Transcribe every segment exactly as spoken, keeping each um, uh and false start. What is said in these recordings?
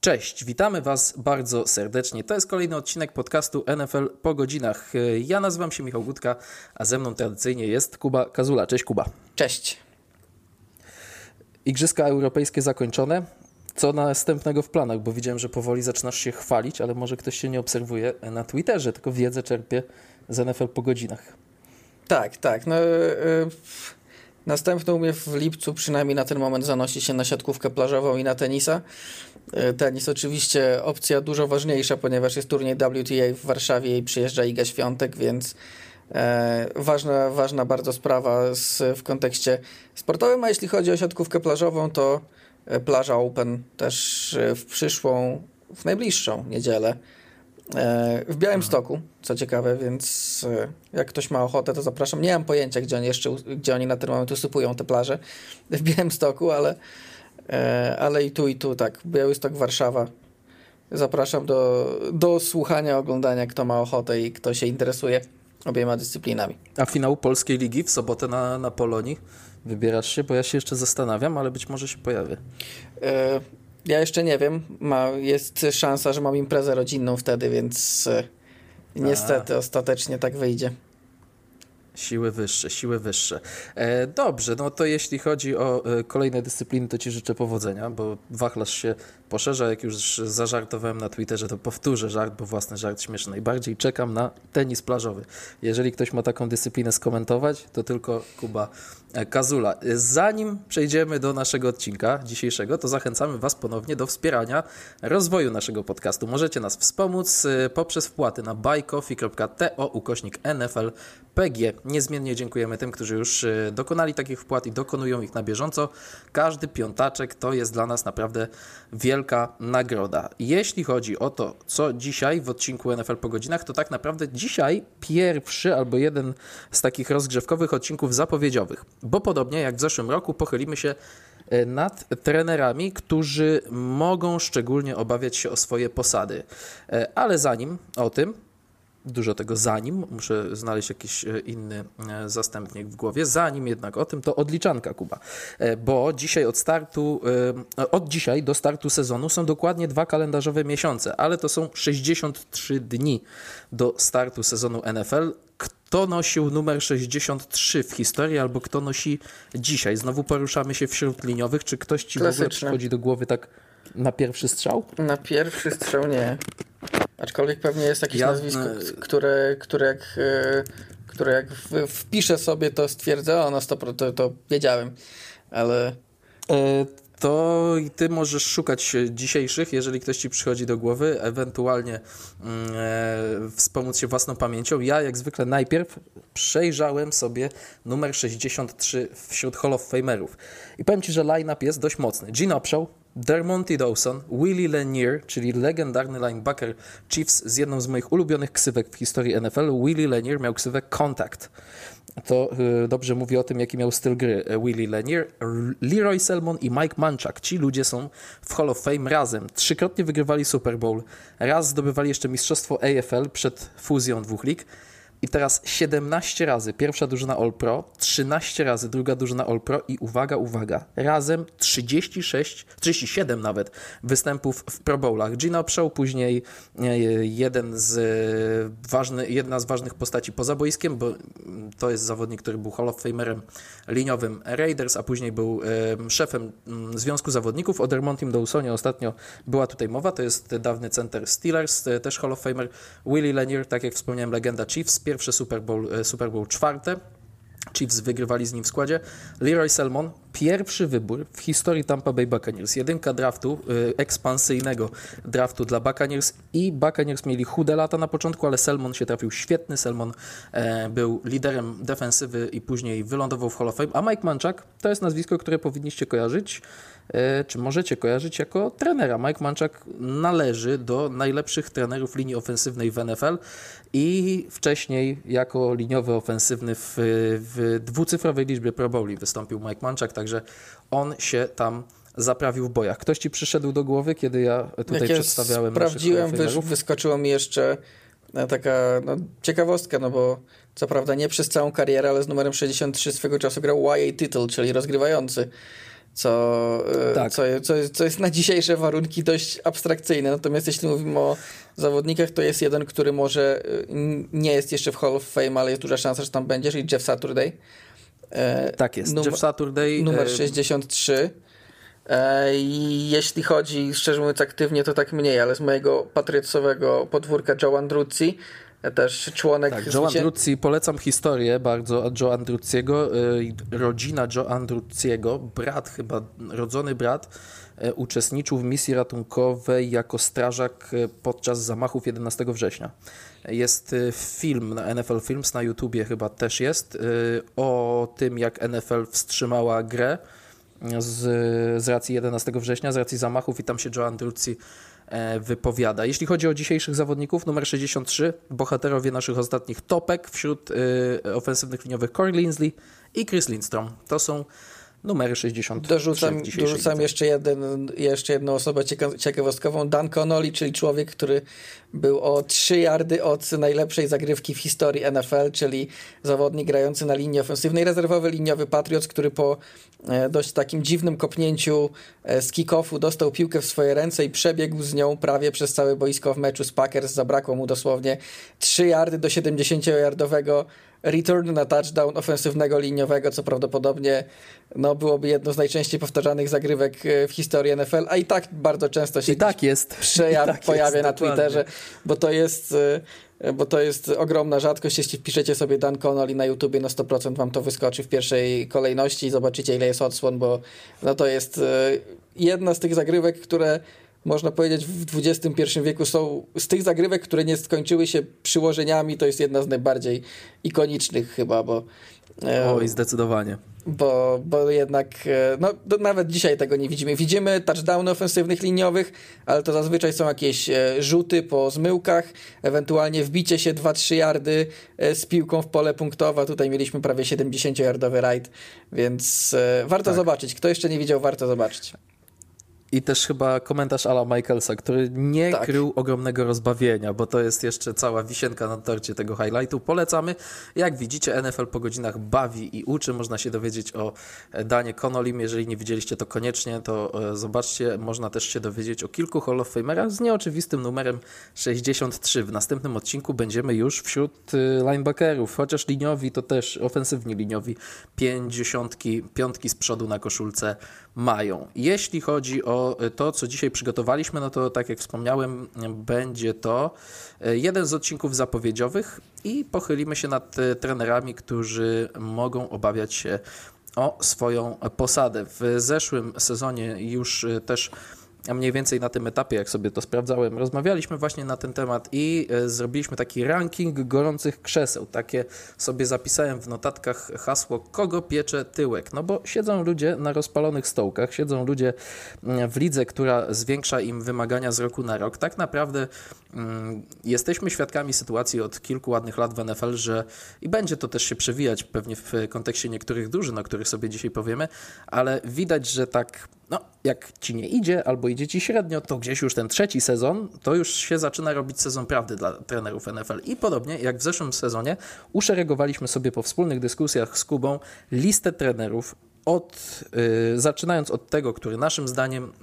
Cześć, witamy Was bardzo serdecznie. To jest kolejny odcinek podcastu N F L po godzinach. Ja nazywam się Michał Gutka, a ze mną tradycyjnie jest Kuba Kazula. Cześć Kuba. Cześć. Igrzyska europejskie zakończone. Co następnego w planach? Bo widziałem, że powoli zaczynasz się chwalić, ale może ktoś się nie obserwuje na Twitterze, tylko wiedzę czerpie z N F L po godzinach. Tak, tak. No, yy, następny u mnie w lipcu przynajmniej na ten moment zanosi się na siatkówkę plażową i na tenisa. Yy, tenis oczywiście opcja dużo ważniejsza, ponieważ jest turniej W T A w Warszawie i przyjeżdża Iga Świątek, więc yy, ważna, ważna bardzo sprawa z, w kontekście sportowym, a jeśli chodzi o siatkówkę plażową, to Plaża Open też w przyszłą, w najbliższą niedzielę w Białymstoku, co ciekawe, więc jak ktoś ma ochotę, to zapraszam. Nie mam pojęcia, gdzie oni jeszcze, gdzie oni na ten moment usypują te plaże w Białymstoku, ale, ale i tu, i tu, tak. Białystok, Warszawa. Zapraszam do, do słuchania, oglądania, kto ma ochotę i kto się interesuje obiema dyscyplinami. A finał Polskiej Ligi w sobotę na, na Polonii? Wybierasz się? Bo ja się jeszcze zastanawiam, ale być może się pojawi. E, ja jeszcze nie wiem. Ma, jest szansa, że mam imprezę rodzinną wtedy, więc e, niestety A. ostatecznie tak wyjdzie. Siły wyższe, siły wyższe. E, dobrze, no to jeśli chodzi o e, kolejne dyscypliny, to Ci życzę powodzenia, bo wachlarz się poszerza. Jak już zażartowałem na Twitterze, to powtórzę żart, bo własny żart śmieszy najbardziej. Czekam na tenis plażowy. Jeżeli ktoś ma taką dyscyplinę skomentować, to tylko Kuba Kazula. Zanim przejdziemy do naszego odcinka dzisiejszego, to zachęcamy Was ponownie do wspierania rozwoju naszego podcastu. Możecie nas wspomóc poprzez wpłaty na buycoffee kropka to ukośnik N F L P G. Niezmiennie dziękujemy tym, którzy już dokonali takich wpłat i dokonują ich na bieżąco. Każdy piątaczek to jest dla nas naprawdę wielka nagroda. Jeśli chodzi o to, co dzisiaj w odcinku N F L po godzinach, to tak naprawdę dzisiaj pierwszy albo jeden z takich rozgrzewkowych odcinków zapowiedziowych. Bo podobnie jak w zeszłym roku pochylimy się nad trenerami, którzy mogą szczególnie obawiać się o swoje posady. Ale zanim o tym, dużo tego zanim, muszę znaleźć jakiś inny zastępnik w głowie, zanim jednak o tym, to odliczanka, Kuba. Bo dzisiaj od startu, od dzisiaj do startu sezonu są dokładnie dwa kalendarzowe miesiące, ale to są sześćdziesiąt trzy dni do startu sezonu N F L. Kto nosił numer sześćdziesiąt trzy w historii, albo kto nosi dzisiaj? Znowu poruszamy się wśród liniowych. Czy ktoś Ci Klasyczne. w ogóle przychodzi do głowy tak na pierwszy strzał? Na pierwszy strzał nie. Aczkolwiek pewnie jest jakieś ja, nazwisko, które, które jak, które jak wpiszę sobie, to stwierdzę, o no sto procent to, to wiedziałem, ale... E, to i Ty możesz szukać dzisiejszych, jeżeli ktoś Ci przychodzi do głowy, ewentualnie e, wspomóc się własną pamięcią. Ja jak zwykle najpierw przejrzałem sobie numer sześćdziesiąt trzy wśród Hall of Famerów. I powiem Ci, że line-up jest dość mocny. Gene Upshaw, Dermontti Dawson, Willie Lanier, czyli legendarny linebacker Chiefs z jedną z moich ulubionych ksywek w historii N F L. Willie Lanier miał ksywę Contact. To y, dobrze mówi o tym, jaki miał styl gry Willie Lanier. Leroy Selmon i Mike Munchak. Ci ludzie są w Hall of Fame razem. Trzykrotnie wygrywali Super Bowl. Raz zdobywali jeszcze mistrzostwo A F L przed fuzją dwóch lig. I teraz siedemnaście razy pierwsza drużyna All-Pro, trzynaście razy druga drużyna All-Pro i uwaga, uwaga, razem trzydzieści sześć, trzydzieści siedem nawet występów w Pro Bowlach. Gene Upshaw, później jeden z ważny, jedna z ważnych postaci poza boiskiem, bo to jest zawodnik, który był Hall of Famerem liniowym Raiders, a później był szefem Związku Zawodników. O Dermontim Dawsonie ostatnio była tutaj mowa, to jest dawny center Steelers, też Hall of Famer. Willie Lanier, tak jak wspomniałem, legenda Chiefs, pierwsze Super Bowl, Super Bowl czwarte. Chiefs wygrywali z nim w składzie. Leroy Selmon, pierwszy wybór w historii Tampa Bay Buccaneers. Jedynka draftu, y, ekspansyjnego draftu dla Buccaneers i Buccaneers mieli chude lata na początku, ale Selmon się trafił świetny. Selmon e, był liderem defensywy i później wylądował w Hall of Fame. A Mike Munchak to jest nazwisko, które powinniście kojarzyć, e, czy możecie kojarzyć jako trenera. Mike Munchak należy do najlepszych trenerów linii ofensywnej w N F L i wcześniej jako liniowy ofensywny w, w dwucyfrowej liczbie Pro Bowli wystąpił Mike Munchak, także on się tam zaprawił w bojach. Ktoś Ci przyszedł do głowy, kiedy ja tutaj Jak przedstawiałem ja sprawdziłem, wysz, wyskoczyło mi jeszcze taka no, ciekawostka, no bo co prawda nie przez całą karierę, ale z numerem sześćdziesiąt trzy swego czasu grał Y A Tittle, czyli rozgrywający. co, Tak. co, co, jest, co jest na dzisiejsze warunki dość abstrakcyjne. Natomiast jeśli mówimy o zawodnikach, to jest jeden, który może nie jest jeszcze w Hall of Fame, ale jest duża szansa, że tam będzie, czyli Jeff Saturday. Tak jest, Num- Jeff Saturday. Numer sześćdziesiąt trzy. I jeśli chodzi, szczerze mówiąc, aktywnie, to tak mniej, ale z mojego patriotowego podwórka Joe Andruzzi, też członek... Tak, Joe zwycię- Andruzzi, polecam historię bardzo Joe Andruzziego. Y, Rodzina Joe Andruzziego, brat chyba, rodzony brat, y, uczestniczył w misji ratunkowej jako strażak y, podczas zamachów jedenastego września. Jest y, film na N F L Films, na YouTubie chyba też jest, y, o tym, jak N F L wstrzymała grę z, z racji jedenastego września, z racji zamachów, i tam się Joe Andruzzi wypowiada. Jeśli chodzi o dzisiejszych zawodników, numer sześćdziesiąt trzy, bohaterowie naszych ostatnich topek wśród y, ofensywnych liniowych Corey Linsley i Chris Lindstrom. To są numery sześćdziesiąt trzy. Dorzucam, dorzucam jeszcze, jeden, jeszcze jedną osobę cieka- ciekawostkową. Dan Connolly, czyli człowiek, który był o trzy yardy od najlepszej zagrywki w historii N F L, czyli zawodnik grający na linii ofensywnej, rezerwowy liniowy Patriots, który po e, dość takim dziwnym kopnięciu e, z kick-offu dostał piłkę w swoje ręce i przebiegł z nią prawie przez całe boisko w meczu z Packers. Zabrakło mu dosłownie trzy yardy do siedemdziesięciojardowego return na touchdown ofensywnego liniowego, co prawdopodobnie no, byłoby jedno z najczęściej powtarzanych zagrywek w historii N F L, a i tak bardzo często się I tak jest. przejaw I tak pojawia jest, na dokładnie. Twitterze, bo to jest bo to jest ogromna rzadkość. Jeśli wpiszecie sobie Dan Connolly na YouTubie, na sto procent wam to wyskoczy w pierwszej kolejności i zobaczycie, ile jest odsłon, bo no, to jest jedna z tych zagrywek, które można powiedzieć w dwudziestym pierwszym wieku są z tych zagrywek, które nie skończyły się przyłożeniami, to jest jedna z najbardziej ikonicznych chyba, bo Oj, zdecydowanie. Bo, bo jednak no, nawet dzisiaj tego nie widzimy. Widzimy touchdowny ofensywnych liniowych, ale to zazwyczaj są jakieś rzuty po zmyłkach, ewentualnie wbicie się dwa trzy yardy z piłką w pole punktowe. Tutaj mieliśmy prawie siedemdziesięciojardowy rajd, więc warto tak. zobaczyć. Kto jeszcze nie widział, warto zobaczyć. I też chyba komentarz Ala Michaelsa, który nie Tak. krył ogromnego rozbawienia, bo to jest jeszcze cała wisienka na torcie tego highlightu. Polecamy. Jak widzicie, N F L po godzinach bawi i uczy. Można się dowiedzieć o Danie Connollym. Jeżeli nie widzieliście, to koniecznie to zobaczcie. Można też się dowiedzieć o kilku Hall of Famerach z nieoczywistym numerem sześćdziesiąt trzy. W następnym odcinku będziemy już wśród linebackerów, chociaż liniowi to też ofensywni liniowi pięćdziesiątki, piątki z przodu na koszulce mają. Jeśli chodzi o to, co dzisiaj przygotowaliśmy, no to tak jak wspomniałem, będzie to jeden z odcinków zapowiedziowych i pochylimy się nad trenerami, którzy mogą obawiać się o swoją posadę. W zeszłym sezonie już też mniej więcej na tym etapie, jak sobie to sprawdzałem, rozmawialiśmy właśnie na ten temat i zrobiliśmy taki ranking gorących krzeseł. Takie sobie zapisałem w notatkach hasło, kogo piecze tyłek. No bo siedzą ludzie na rozpalonych stołkach, siedzą ludzie w lidze, która zwiększa im wymagania z roku na rok. Tak naprawdę mm, jesteśmy świadkami sytuacji od kilku ładnych lat w N F L, że i będzie to też się przewijać pewnie w kontekście niektórych drużyn, o których sobie dzisiaj powiemy, ale widać, że tak, no jak ci nie idzie albo idzie ci średnio, to gdzieś już ten trzeci sezon, to już się zaczyna robić sezon prawdy dla trenerów N F L. I podobnie jak w zeszłym sezonie uszeregowaliśmy sobie po wspólnych dyskusjach z Kubą listę trenerów, od, yy, zaczynając od tego, który naszym zdaniem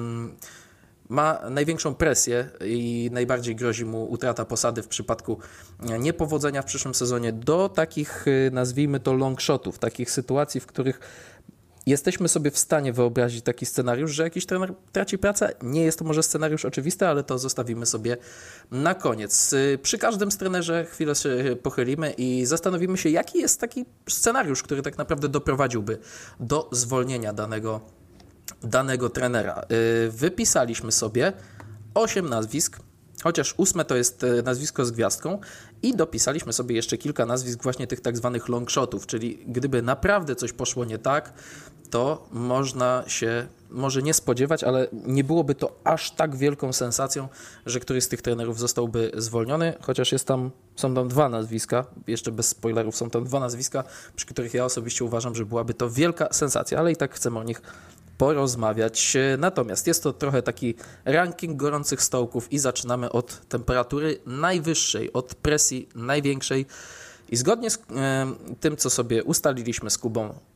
yy, ma największą presję i najbardziej grozi mu utrata posady w przypadku niepowodzenia w przyszłym sezonie, do takich, yy, nazwijmy to long shotów, takich sytuacji, w których jesteśmy sobie w stanie wyobrazić taki scenariusz, że jakiś trener traci pracę. Nie jest to może scenariusz oczywisty, ale to zostawimy sobie na koniec. Przy każdym z trenerze chwilę się pochylimy i zastanowimy się, jaki jest taki scenariusz, który tak naprawdę doprowadziłby do zwolnienia danego, danego trenera. Wypisaliśmy sobie osiem nazwisk, chociaż ósme to jest nazwisko z gwiazdką i dopisaliśmy sobie jeszcze kilka nazwisk właśnie tych tak zwanych long shotów, czyli gdyby naprawdę coś poszło nie tak, to można się może nie spodziewać, ale nie byłoby to aż tak wielką sensacją, że któryś z tych trenerów zostałby zwolniony, chociaż jest tam, są tam dwa nazwiska, jeszcze bez spoilerów, są tam dwa nazwiska, przy których ja osobiście uważam, że byłaby to wielka sensacja, ale i tak chcemy o nich porozmawiać. Natomiast jest to trochę taki ranking gorących stołków i zaczynamy od temperatury najwyższej, od presji największej i zgodnie z e, tym, co sobie ustaliliśmy z Kubą,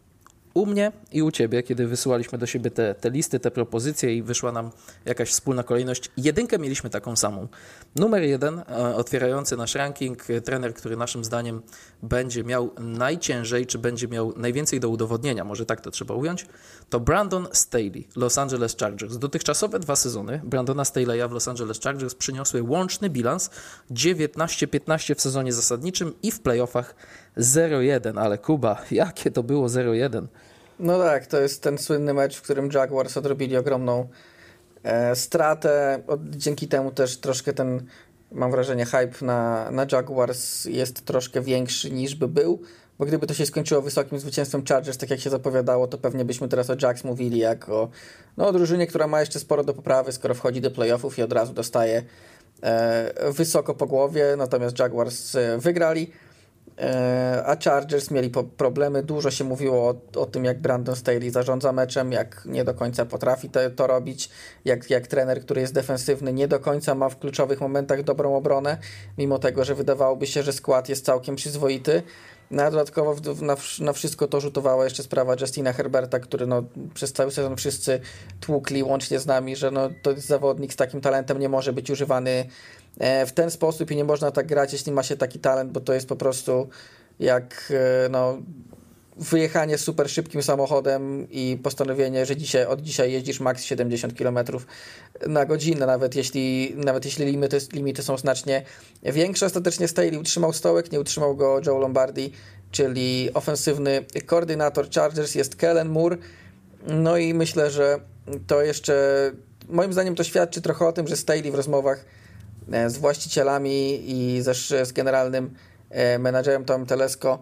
u mnie i u ciebie, kiedy wysyłaliśmy do siebie te, te listy, te propozycje i wyszła nam jakaś wspólna kolejność, jedynkę mieliśmy taką samą. Numer jeden, e, otwierający nasz ranking, e, trener, który naszym zdaniem będzie miał najciężej, czy będzie miał najwięcej do udowodnienia, może tak to trzeba ująć, to Brandon Staley, Los Angeles Chargers. Dotychczasowe dwa sezony Brandona Staley'a w Los Angeles Chargers przyniosły łączny bilans dziewiętnaście piętnaście w sezonie zasadniczym i w playoffach zero jeden, ale Kuba, jakie to było zero jeden? No tak, to jest ten słynny mecz, w którym Jaguars odrobili ogromną e, stratę. Od, dzięki temu też troszkę ten, mam wrażenie, hype na, na Jaguars jest troszkę większy niż by był, bo gdyby to się skończyło wysokim zwycięstwem Chargers, tak jak się zapowiadało, to pewnie byśmy teraz o Jags mówili jak o no, drużynie, która ma jeszcze sporo do poprawy, skoro wchodzi do playoffów i od razu dostaje e, wysoko po głowie, natomiast Jaguars e, wygrali. A Chargers mieli po problemy, dużo się mówiło o, o tym, jak Brandon Staley zarządza meczem, jak nie do końca potrafi to, to robić, jak, jak trener, który jest defensywny, nie do końca ma w kluczowych momentach dobrą obronę, mimo tego, że wydawałoby się, że skład jest całkiem przyzwoity. No, a dodatkowo na, na wszystko to rzutowała jeszcze sprawa Justina Herberta, który no, przez cały sezon wszyscy tłukli, łącznie z nami, że no, to jest zawodnik z takim talentem, nie może być używany w ten sposób i nie można tak grać, jeśli ma się taki talent, bo to jest po prostu jak no, wyjechanie super szybkim samochodem i postanowienie, że dzisiaj, od dzisiaj jeździsz maks siedemdziesiąt kilometrów na godzinę, nawet jeśli, nawet jeśli limity, limity są znacznie większe. Ostatecznie Staley utrzymał stołek, nie utrzymał go Joe Lombardi, czyli ofensywny koordynator Chargers, jest Kellen Moore. No i myślę, że to jeszcze, moim zdaniem to świadczy trochę o tym, że Staley w rozmowach z właścicielami i też z generalnym menadżerem Tomem Telesco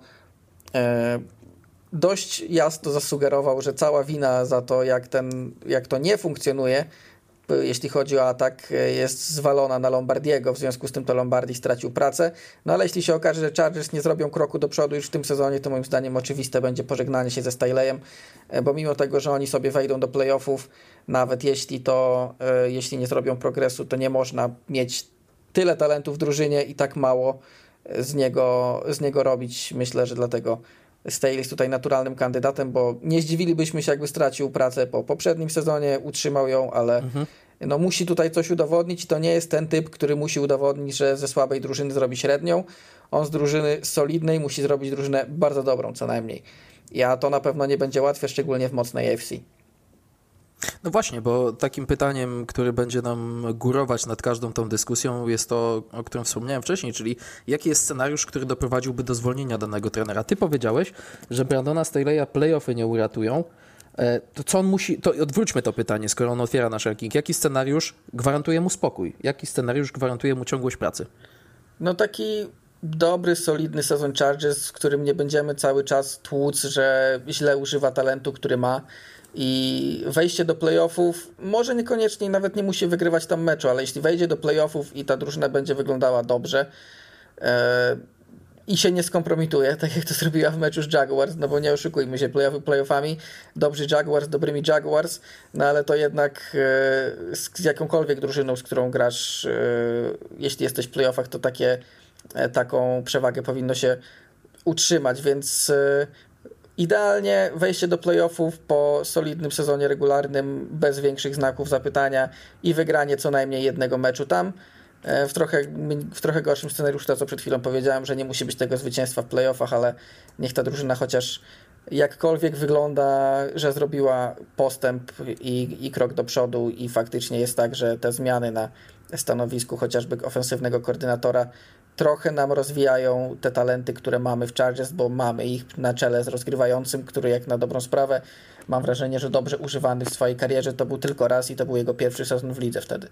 dość jasno zasugerował, że cała wina za to, jak, ten, jak to nie funkcjonuje, jeśli chodzi o atak, jest zwalona na Lombardiego, w związku z tym to Lombardi stracił pracę. No ale jeśli się okaże, że Chargers nie zrobią kroku do przodu już w tym sezonie, to moim zdaniem oczywiste będzie pożegnanie się ze Staleyem, bo mimo tego, że oni sobie wejdą do playoffów, nawet jeśli to, jeśli nie zrobią progresu, to nie można mieć tyle talentu w drużynie i tak mało z niego, z niego robić. Myślę, że dlatego Staley jest tutaj naturalnym kandydatem, bo nie zdziwilibyśmy się, jakby stracił pracę po poprzednim sezonie, utrzymał ją, ale mhm. no, musi tutaj coś udowodnić i to nie jest ten typ, który musi udowodnić, że ze słabej drużyny zrobi średnią. On z drużyny solidnej musi zrobić drużynę bardzo dobrą co najmniej. A to na pewno nie będzie łatwe, szczególnie w mocnej A F C. No właśnie, bo takim pytaniem, które będzie nam górować nad każdą tą dyskusją, jest to, o którym wspomniałem wcześniej, czyli jaki jest scenariusz, który doprowadziłby do zwolnienia danego trenera. Ty powiedziałeś, że Brandona Staley'a play-offy nie uratują. To co on musi, to odwróćmy to pytanie, skoro on otwiera nasz ranking. Jaki scenariusz gwarantuje mu spokój? Jaki scenariusz gwarantuje mu ciągłość pracy? No taki dobry, solidny sezon Chargers, w którym nie będziemy cały czas tłuc, że źle używa talentu, który ma. I wejście do playoffów, może niekoniecznie, nawet nie musi wygrywać tam meczu, ale jeśli wejdzie do playoffów i ta drużyna będzie wyglądała dobrze e, i się nie skompromituje, tak jak to zrobiła w meczu z Jaguars, no bo nie oszukujmy się, playoffy playoffami, dobrzy Jaguars, dobrymi Jaguars, no ale to jednak e, z, z jakąkolwiek drużyną, z którą grasz, e, jeśli jesteś w playoffach, to takie, e, taką przewagę powinno się utrzymać, więc e, idealnie wejście do playoffów po solidnym sezonie regularnym, bez większych znaków zapytania i wygranie co najmniej jednego meczu tam. W trochę, w trochę gorszym scenariuszu, to co przed chwilą powiedziałem, że nie musi być tego zwycięstwa w playoffach, ale niech ta drużyna chociaż jakkolwiek wygląda, że zrobiła postęp i, i krok do przodu i faktycznie jest tak, że te zmiany na stanowisku chociażby ofensywnego koordynatora trochę nam rozwijają te talenty, które mamy w Chargers, bo mamy ich na czele z rozgrywającym, który jak na dobrą sprawę, mam wrażenie, że dobrze używany w swojej karierze, to był tylko raz i to był jego pierwszy sezon w lidze wtedy.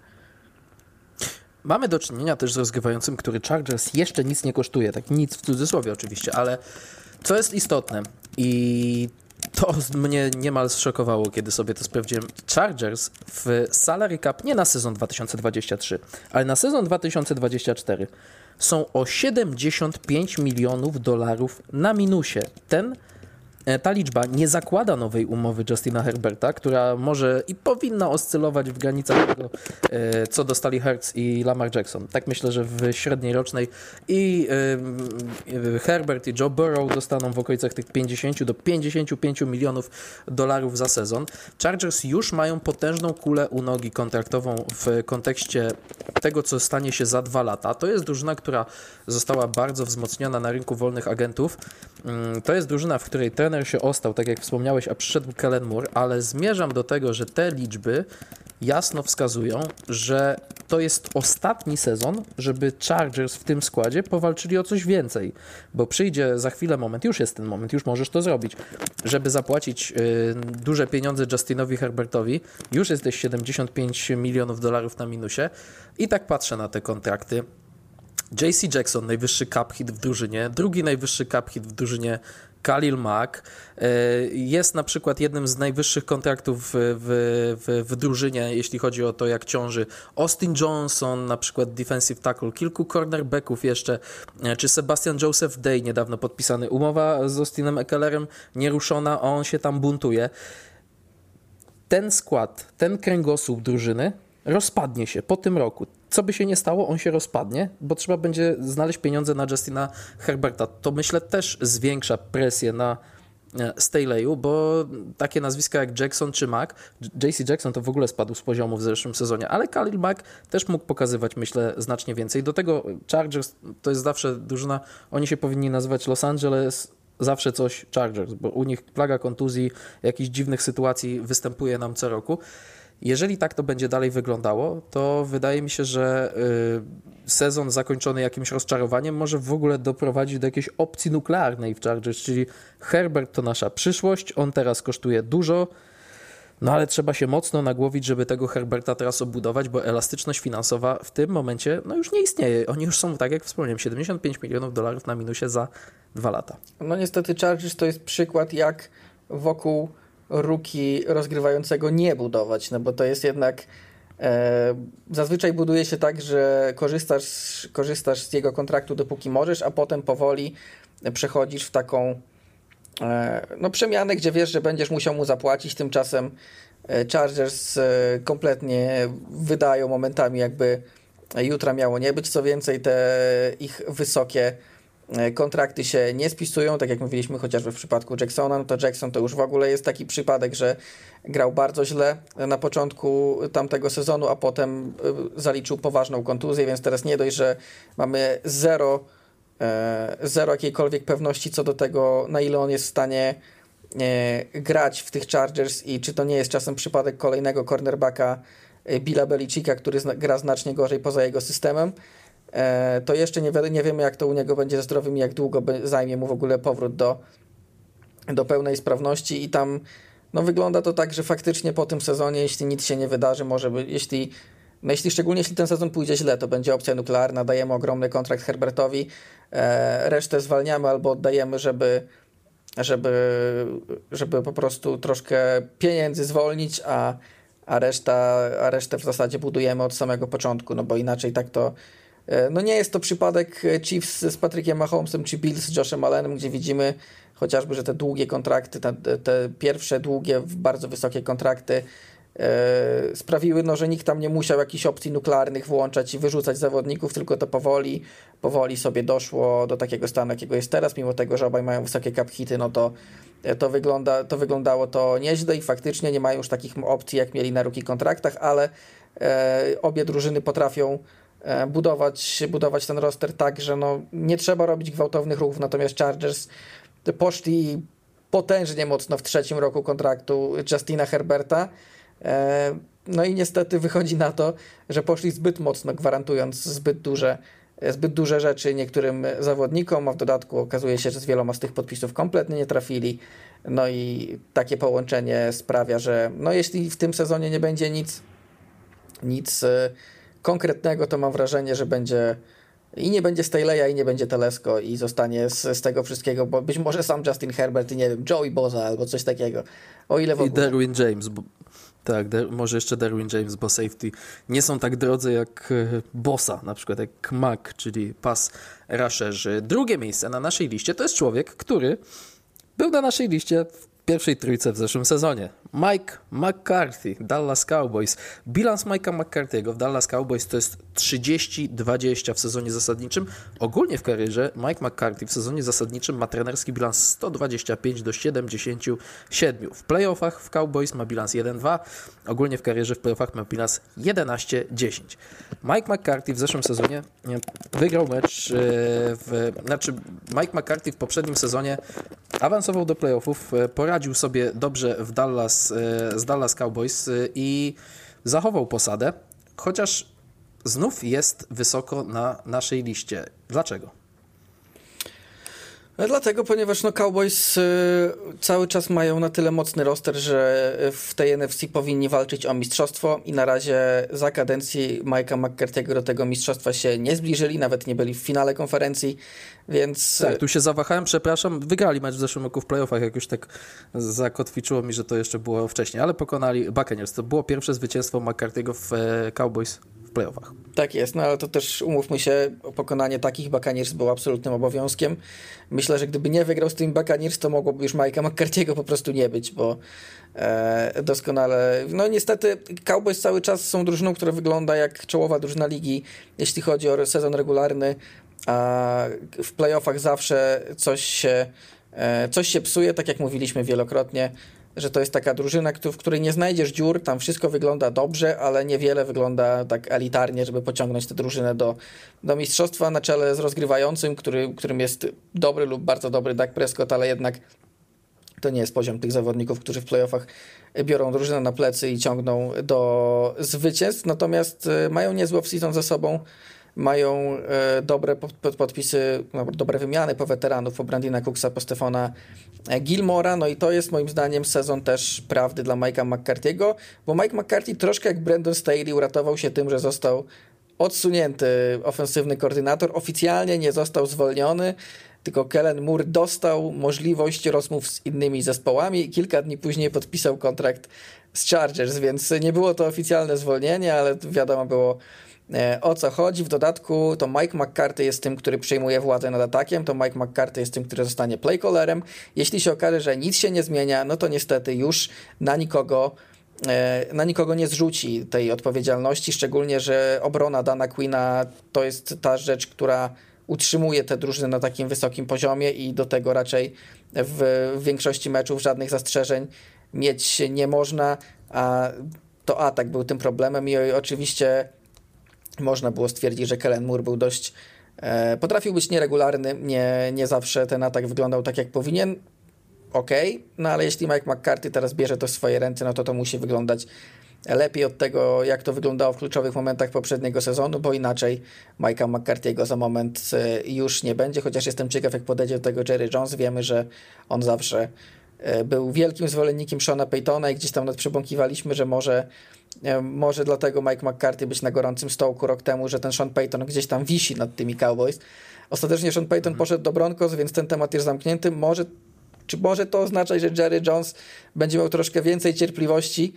Mamy do czynienia też z rozgrywającym, który Chargers jeszcze nic nie kosztuje, tak nic w cudzysłowie oczywiście, ale co jest istotne i to mnie niemal zszokowało, kiedy sobie to sprawdziłem. Chargers w salary cap nie na sezon dwa tysiące dwudziesty trzeci, ale na sezon dwa tysiące dwudziesty czwarty są o siedemdziesiąt pięć milionów dolarów na minusie. Ten ta liczba nie zakłada nowej umowy Justina Herberta, która może i powinna oscylować w granicach tego, co dostali Hurts i Lamar Jackson. Tak myślę, że w średniej rocznej i Herbert i Joe Burrow dostaną w okolicach tych pięćdziesiąt do pięćdziesięciu pięciu milionów dolarów za sezon. Chargers już mają potężną kulę u nogi kontraktową w kontekście tego, co stanie się za dwa lata. To jest drużyna, która została bardzo wzmocniona na rynku wolnych agentów. To jest drużyna, w której trener się ostał, tak jak wspomniałeś, a przyszedł Kellen Moore, ale zmierzam do tego, że te liczby jasno wskazują, że to jest ostatni sezon, żeby Chargers w tym składzie powalczyli o coś więcej, bo przyjdzie za chwilę moment, już jest ten moment, już możesz to zrobić, żeby zapłacić y, duże pieniądze Justinowi Herbertowi, już jesteś siedemdziesiąt pięć milionów dolarów na minusie i tak patrzę na te kontrakty. J C Jackson, najwyższy cap hit w drużynie, drugi najwyższy cap hit w drużynie Khalil Mack, jest na przykład jednym z najwyższych kontraktów w, w, w drużynie, jeśli chodzi o to, jak ciąży Austin Johnson, na przykład defensive tackle, kilku cornerbacków jeszcze, czy Sebastian Joseph Day, niedawno podpisany. Umowa z Austinem Ekelerem nieruszona, a on się tam buntuje. Ten skład, ten kręgosłup drużyny rozpadnie się po tym roku. Co by się nie stało, on się rozpadnie, bo trzeba będzie znaleźć pieniądze na Justina Herberta. To myślę też zwiększa presję na Staley'u, bo takie nazwiska jak Jackson czy Mack, J C Jackson to w ogóle spadł z poziomu w zeszłym sezonie, ale Khalil Mack też mógł pokazywać, myślę, znacznie więcej. Do tego Chargers to jest zawsze drużyna, oni się powinni nazywać Los Angeles zawsze coś Chargers, bo u nich plaga kontuzji, jakichś dziwnych sytuacji występuje nam co roku. Jeżeli tak to będzie dalej wyglądało, to wydaje mi się, że y, sezon zakończony jakimś rozczarowaniem może w ogóle doprowadzić do jakiejś opcji nuklearnej w Chargers, czyli Herbert to nasza przyszłość, on teraz kosztuje dużo, no ale trzeba się mocno nagłowić, żeby tego Herberta teraz obudować, bo elastyczność finansowa w tym momencie no już nie istnieje. Oni już są, tak jak wspomniałem, siedemdziesiąt pięć milionów dolarów na minusie za dwa lata. No niestety Chargers to jest przykład, jak wokół rookie rozgrywającego nie budować, no bo to jest jednak e, zazwyczaj buduje się tak, że korzystasz, korzystasz z jego kontraktu dopóki możesz, a potem powoli przechodzisz w taką e, no przemianę, gdzie wiesz, że będziesz musiał mu zapłacić. Tymczasem Chargers e, kompletnie wydają momentami, jakby jutra miało nie być. Co więcej, te ich wysokie kontrakty się nie spisują, tak jak mówiliśmy chociażby w przypadku Jacksona, no to Jackson to już w ogóle jest taki przypadek, że grał bardzo źle na początku tamtego sezonu, a potem zaliczył poważną kontuzję, więc teraz nie dość, że mamy zero, zero jakiejkolwiek pewności co do tego, na ile on jest w stanie grać w tych Chargers i czy to nie jest czasem przypadek kolejnego cornerbacka Billa Belichicka, który gra znacznie gorzej poza jego systemem. To jeszcze nie, wi- nie wiemy, jak to u niego będzie ze zdrowiem i jak długo be- zajmie mu w ogóle powrót do, do pełnej sprawności i tam no, wygląda to tak, że faktycznie po tym sezonie, jeśli nic się nie wydarzy, może by, jeśli, no, jeśli szczególnie jeśli ten sezon pójdzie źle, to będzie opcja nuklearna, dajemy ogromny kontrakt Herbertowi, e, resztę zwalniamy albo oddajemy, żeby, żeby, żeby po prostu troszkę pieniędzy zwolnić, a, a, reszta, a resztę w zasadzie budujemy od samego początku, no bo inaczej tak to no nie jest to przypadek Chiefs z Patrickiem Mahomesem czy Bills z Joshem Allenem, gdzie widzimy chociażby, że te długie kontrakty, te, te pierwsze długie, bardzo wysokie kontrakty e, sprawiły, no, że nikt tam nie musiał jakichś opcji nuklearnych włączać i wyrzucać zawodników, tylko to powoli, powoli sobie doszło do takiego stanu, jakiego jest teraz, mimo tego, że obaj mają wysokie cap hity, no to, to, wygląda, to wyglądało to nieźle i faktycznie nie mają już takich opcji, jak mieli na rookie kontraktach, ale e, obie drużyny potrafią budować, budować ten roster tak, że no, nie trzeba robić gwałtownych ruchów, natomiast Chargers poszli potężnie mocno w trzecim roku kontraktu Justina Herberta, no i niestety wychodzi na to, że poszli zbyt mocno, gwarantując zbyt duże, zbyt duże rzeczy niektórym zawodnikom, a w dodatku okazuje się, że z wieloma z tych podpisów kompletnie nie trafili, no i takie połączenie sprawia, że no jeśli w tym sezonie nie będzie nic nic konkretnego, to mam wrażenie, że będzie i nie będzie Staley'a i nie będzie Telesco i zostanie z, z tego wszystkiego, bo być może sam Justin Herbert i nie wiem, Joey Bosa albo coś takiego. O ile w ogóle. I Derwin James, bo, tak, der, może jeszcze Derwin James, bo safety nie są tak drodzy jak Bosa, na przykład jak Mack, czyli pass rusherzy. Drugie miejsce na naszej liście to jest człowiek, który Był na naszej liście w pierwszej trójce w zeszłym sezonie. Mike McCarthy, Dallas Cowboys. Bilans Mike'a McCarthy'ego w Dallas Cowboys to jest trzydzieści dwadzieścia w sezonie zasadniczym. Ogólnie w karierze Mike McCarthy w sezonie zasadniczym ma trenerski bilans sto dwadzieścia pięć do siedemdziesięciu siedmiu. W playoffach w Cowboys ma bilans jeden dwa. Ogólnie w karierze w playoffach ma bilans jedenaście dziesięć. Mike McCarthy w zeszłym sezonie wygrał mecz, w, znaczy Mike McCarthy w poprzednim sezonie awansował do playoffów, poradził sobie dobrze w Dallas, z Dallas Cowboys i zachował posadę, chociaż znów jest wysoko na naszej liście. Dlaczego? Dlatego, ponieważ no Cowboys y, cały czas mają na tyle mocny roster, że w tej N F C powinni walczyć o mistrzostwo i na razie za kadencji Mike'a McCarthy'ego do tego mistrzostwa się nie zbliżyli, nawet nie byli w finale konferencji, więc... Tak, tu się zawahałem, przepraszam, wygrali mecz w zeszłym roku w playoffach, jak już tak zakotwiczyło mi, że to jeszcze było wcześniej, ale pokonali Buccaneers. To było pierwsze zwycięstwo McCarthy'ego w Cowboys w playoffach. Tak jest, no ale to też umówmy się, pokonanie takich Buccaneers było absolutnym obowiązkiem. Myślę, że gdyby nie wygrał z tym Buccaneers, to mogłoby już Mike'a McCarthy'ego po prostu nie być, bo e, doskonale... No niestety Cowboys cały czas są drużyną, która wygląda jak czołowa drużyna ligi, jeśli chodzi o sezon regularny, a w playoffach zawsze coś się, e, coś się psuje, tak jak mówiliśmy wielokrotnie, że to jest taka drużyna, w której nie znajdziesz dziur, tam wszystko wygląda dobrze, ale niewiele wygląda tak elitarnie, żeby pociągnąć tę drużynę do, do mistrzostwa na czele z rozgrywającym, który, którym jest dobry lub bardzo dobry Dak Prescott, ale jednak to nie jest poziom tych zawodników, którzy w playoffach biorą drużynę na plecy i ciągną do zwycięstw, natomiast mają niezły off-season za sobą, mają e, dobre pod, pod, podpisy, no, dobre wymiany po weteranów, po Brandina Cooksa, po Stefana Gilmora, no i to jest moim zdaniem sezon też prawdy dla Mike'a McCarthy'ego, bo Mike McCarthy troszkę jak Brandon Staley uratował się tym, że został odsunięty ofensywny koordynator, oficjalnie nie został zwolniony, tylko Kellen Moore dostał możliwość rozmów z innymi zespołami i kilka dni później podpisał kontrakt z Chargers, więc nie było to oficjalne zwolnienie, ale wiadomo było, o co chodzi. W dodatku to Mike McCarthy jest tym, który przejmuje władzę nad atakiem, to Mike McCarthy jest tym, który zostanie playcallerem. Jeśli się okaże, że nic się nie zmienia, no to niestety już na nikogo na nikogo nie zrzuci tej odpowiedzialności, szczególnie, że obrona Dana Quinna to jest ta rzecz, która utrzymuje tę drużynę na takim wysokim poziomie i do tego raczej w, w większości meczów żadnych zastrzeżeń mieć nie można, a to atak był tym problemem i oczywiście można było stwierdzić, że Kellen Moore był dość, e, potrafił być nieregularny, nie, nie zawsze ten atak wyglądał tak, jak powinien. Okej, okay. No ale jeśli Mike McCarthy teraz bierze to w swoje ręce, no to to musi wyglądać lepiej od tego, jak to wyglądało w kluczowych momentach poprzedniego sezonu, bo inaczej Mike'a McCarthy'ego za moment e, już nie będzie, chociaż jestem ciekaw, jak podejdzie do tego Jerry Jones. Wiemy, że on zawsze e, był wielkim zwolennikiem Seana Paytona i gdzieś tam nawet przebąkiwaliśmy, że może Może dlatego Mike McCarthy być na gorącym stołku rok temu, że ten Sean Payton gdzieś tam wisi nad tymi Cowboys. Ostatecznie Sean Payton mhm. poszedł do Broncos, więc ten temat jest zamknięty. Może, czy może to oznaczać, że Jerry Jones będzie miał troszkę więcej cierpliwości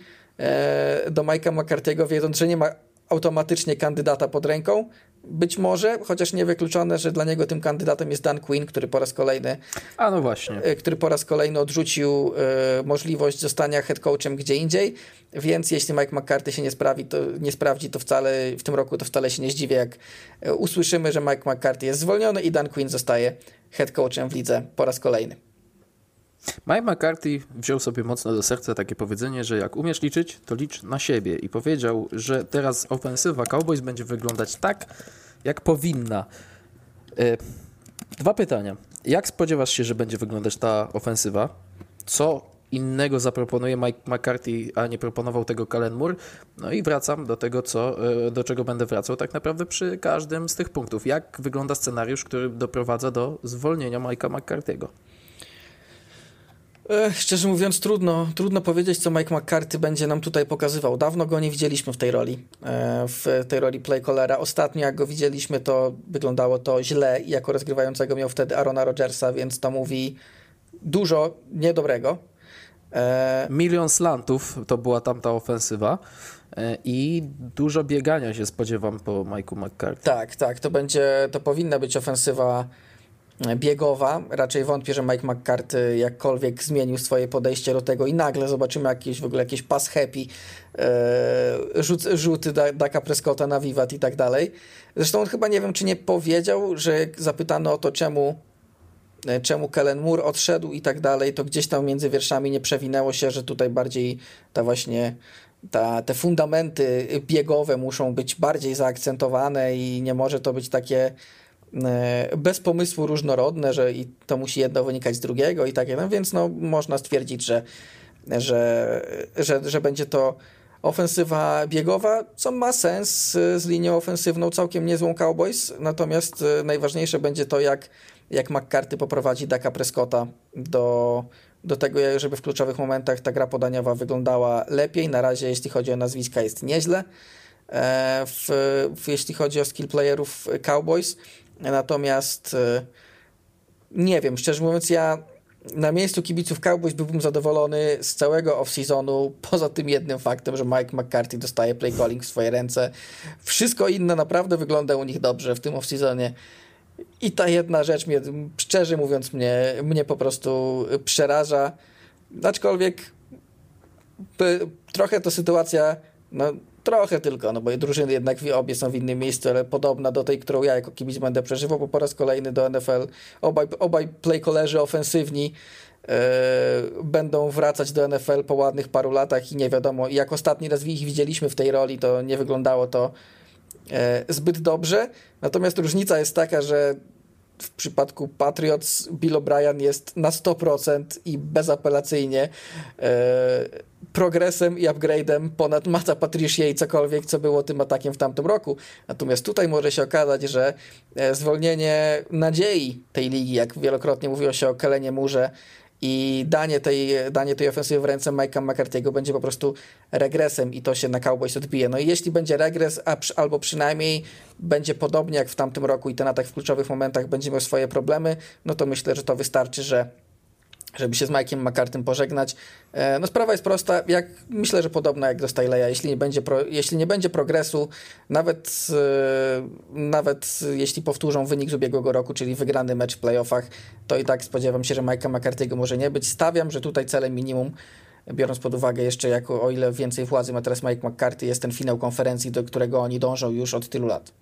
e, do Mike'a McCarthy'ego, wiedząc, że nie ma automatycznie kandydata pod ręką? Być może, chociaż niewykluczone, że dla niego tym kandydatem jest Dan Quinn, który po raz kolejny A no właśnie. który po raz kolejny odrzucił e, możliwość zostania head coachem gdzie indziej, więc jeśli Mike McCarthy się nie sprawi, to nie sprawdzi, to wcale w tym roku to wcale się nie zdziwię, jak e, usłyszymy, że Mike McCarthy jest zwolniony i Dan Quinn zostaje head coachem w lidze po raz kolejny. Mike McCarthy wziął sobie mocno do serca takie powiedzenie, że jak umiesz liczyć, to licz na siebie i powiedział, że teraz ofensywa Cowboys będzie wyglądać tak, jak powinna. Dwa pytania. Jak spodziewasz się, że będzie wyglądać ta ofensywa? Co innego zaproponuje Mike McCarthy, a nie proponował tego Kellen Moore? No i wracam do tego, co, do czego będę wracał tak naprawdę przy każdym z tych punktów. Jak wygląda scenariusz, który doprowadza do zwolnienia Mike'a McCarthy'ego? Szczerze mówiąc, trudno, trudno powiedzieć, co Mike McCarthy będzie nam tutaj pokazywał. Dawno go nie widzieliśmy w tej roli, w tej roli playcallera. Ostatnio jak go widzieliśmy, to wyglądało to źle i jako rozgrywającego miał wtedy Aarona Rodgersa, więc to mówi dużo niedobrego. Milion slantów to była tamta ofensywa i dużo biegania się spodziewam po Mike'u McCarthy. Tak, tak, to będzie, to powinna być ofensywa biegowa. Raczej wątpię, że Mike McCarthy jakkolwiek zmienił swoje podejście do tego i nagle zobaczymy jakieś w ogóle jakieś pass happy, e, rzut, rzuty Daka Prescotta na wiwat i tak dalej. Zresztą on chyba nie wiem, czy nie powiedział, że jak zapytano o to, czemu czemu Kellen Moore odszedł i tak dalej, to gdzieś tam między wierszami nie przewinęło się, że tutaj bardziej ta właśnie ta, te fundamenty biegowe muszą być bardziej zaakcentowane i nie może to być takie bez pomysłu różnorodne, że i to musi jedno wynikać z drugiego i takie, no więc no, można stwierdzić, że, że, że, że będzie to ofensywa biegowa, co ma sens z linią ofensywną całkiem niezłą Cowboys, natomiast najważniejsze będzie to, jak, jak McCarthy poprowadzi Daka Prescotta do, do tego, żeby w kluczowych momentach ta gra podaniowa wyglądała lepiej. Na razie, jeśli chodzi o nazwiska, jest nieźle, w, w, jeśli chodzi o skill playerów Cowboys. Natomiast nie wiem, szczerze mówiąc, ja na miejscu kibiców Cowboys byłbym zadowolony z całego off-seasonu, poza tym jednym faktem, że Mike McCarthy dostaje play calling w swoje ręce. Wszystko inne naprawdę wygląda u nich dobrze w tym off-seasonie. I ta jedna rzecz mnie, szczerze mówiąc, mnie, mnie po prostu przeraża. Aczkolwiek trochę to sytuacja, no trochę tylko, no bo drużyny jednak obie są w innym miejscu, ale podobna do tej, którą ja jako kibic będę przeżywał, bo po raz kolejny do N F L obaj, obaj playcallerzy ofensywni yy, będą wracać do N F L po ładnych paru latach i nie wiadomo, jak ostatni raz ich widzieliśmy w tej roli, to nie wyglądało to yy, zbyt dobrze. Natomiast różnica jest taka, że w przypadku Patriots Bill O'Brien jest na sto procent i bezapelacyjnie yy, progresem i upgrade'em ponad Matta Patricia i cokolwiek, co było tym atakiem w tamtym roku. Natomiast tutaj może się okazać, że zwolnienie nadziei tej ligi, jak wielokrotnie mówiło się o Kellenie Moorze, i danie tej, danie tej ofensywy w ręce Mike'a McCarthy'ego będzie po prostu regresem i to się na Cowboys odbije. No i jeśli będzie regres, a przy, albo przynajmniej będzie podobnie jak w tamtym roku i ten atak w kluczowych momentach będzie miał swoje problemy, no to myślę, że to wystarczy, że żeby się z Mike'iem McCarthym pożegnać. No sprawa jest prosta, jak myślę, że podobna jak do Staley'a. Jeśli nie będzie, pro, jeśli nie będzie progresu, nawet, nawet jeśli powtórzą wynik z ubiegłego roku, czyli wygrany mecz w playoffach, to i tak spodziewam się, że Mike'a McCarthy'ego może nie być. Stawiam, że tutaj celem minimum, biorąc pod uwagę jeszcze, jako, o ile więcej władzy ma teraz Mike McCarthy, jest ten finał konferencji, do którego oni dążą już od tylu lat.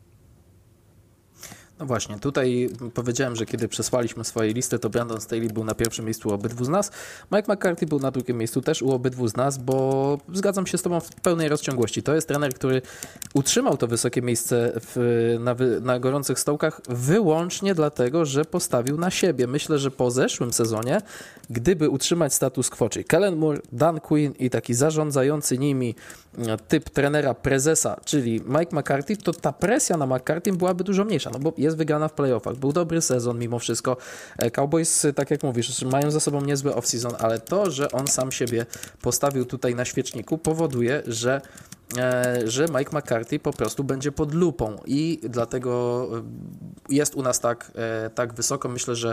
No właśnie, tutaj powiedziałem, że kiedy przesłaliśmy swoje listy, to Brandon Staley był na pierwszym miejscu u obydwu z nas. Mike McCarthy był na drugim miejscu też u obydwu z nas, bo zgadzam się z tobą w pełnej rozciągłości. To jest trener, który utrzymał to wysokie miejsce w, na, na gorących stołkach wyłącznie dlatego, że postawił na siebie. Myślę, że po zeszłym sezonie, gdyby utrzymać status quo, czyli Kellen Moore, Dan Quinn i taki zarządzający nimi typ trenera prezesa, czyli Mike McCarthy, to ta presja na McCarthy byłaby dużo mniejsza, no bo jest wygrana w playoffach. Był dobry sezon mimo wszystko. Cowboys, tak jak mówisz, mają za sobą niezły off-season, ale to, że on sam siebie postawił tutaj na świeczniku, powoduje, że, e, że Mike McCarthy po prostu będzie pod lupą i dlatego jest u nas tak, e, tak wysoko. Myślę, że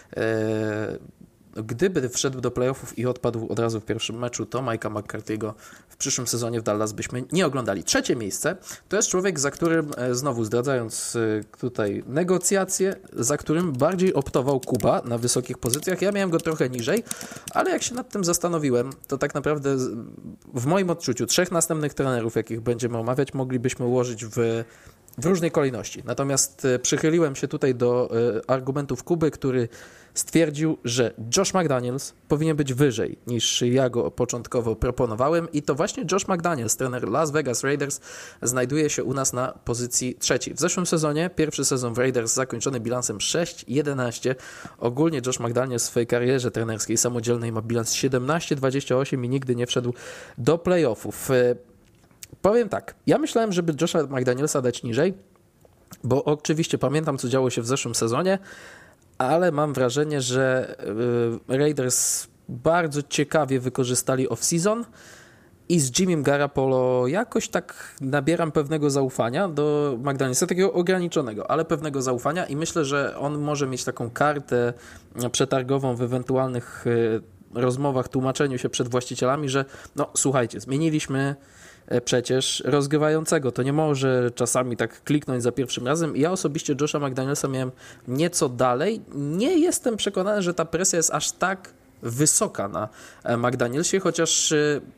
e, gdyby wszedł do playoffów i odpadł od razu w pierwszym meczu, to Mike'a McCarthy'ego w przyszłym sezonie w Dallas byśmy nie oglądali. Trzecie miejsce to jest człowiek, za którym, znowu zdradzając tutaj negocjacje, za którym bardziej optował Kuba na wysokich pozycjach. Ja miałem go trochę niżej, ale jak się nad tym zastanowiłem, to tak naprawdę w moim odczuciu trzech następnych trenerów, jakich będziemy omawiać, moglibyśmy ułożyć w w różnej kolejności. Natomiast przychyliłem się tutaj do argumentów Kuby, który stwierdził, że Josh McDaniels powinien być wyżej niż ja go początkowo proponowałem i to właśnie Josh McDaniels, trener Las Vegas Raiders, znajduje się u nas na pozycji trzeciej. W zeszłym sezonie, pierwszy sezon w Raiders zakończony bilansem sześć jedenaście. Ogólnie Josh McDaniels w swojej karierze trenerskiej samodzielnej ma bilans siedemnaście dwadzieścia osiem i nigdy nie wszedł do playoffów. Powiem tak, ja myślałem, żeby Josha McDanielsa dać niżej, bo oczywiście pamiętam, co działo się w zeszłym sezonie, ale mam wrażenie, że Raiders bardzo ciekawie wykorzystali off-season i z Jimmym Garoppolo jakoś tak nabieram pewnego zaufania do McDanielsa, takiego ograniczonego, ale pewnego zaufania i myślę, że on może mieć taką kartę przetargową w ewentualnych rozmowach, tłumaczeniu się przed właścicielami, że no słuchajcie, zmieniliśmy przecież rozgrywającego. To nie może czasami tak kliknąć za pierwszym razem. Ja osobiście Josha McDanielsa miałem nieco dalej. Nie jestem przekonany, że ta presja jest aż tak wysoka na McDanielsie, chociaż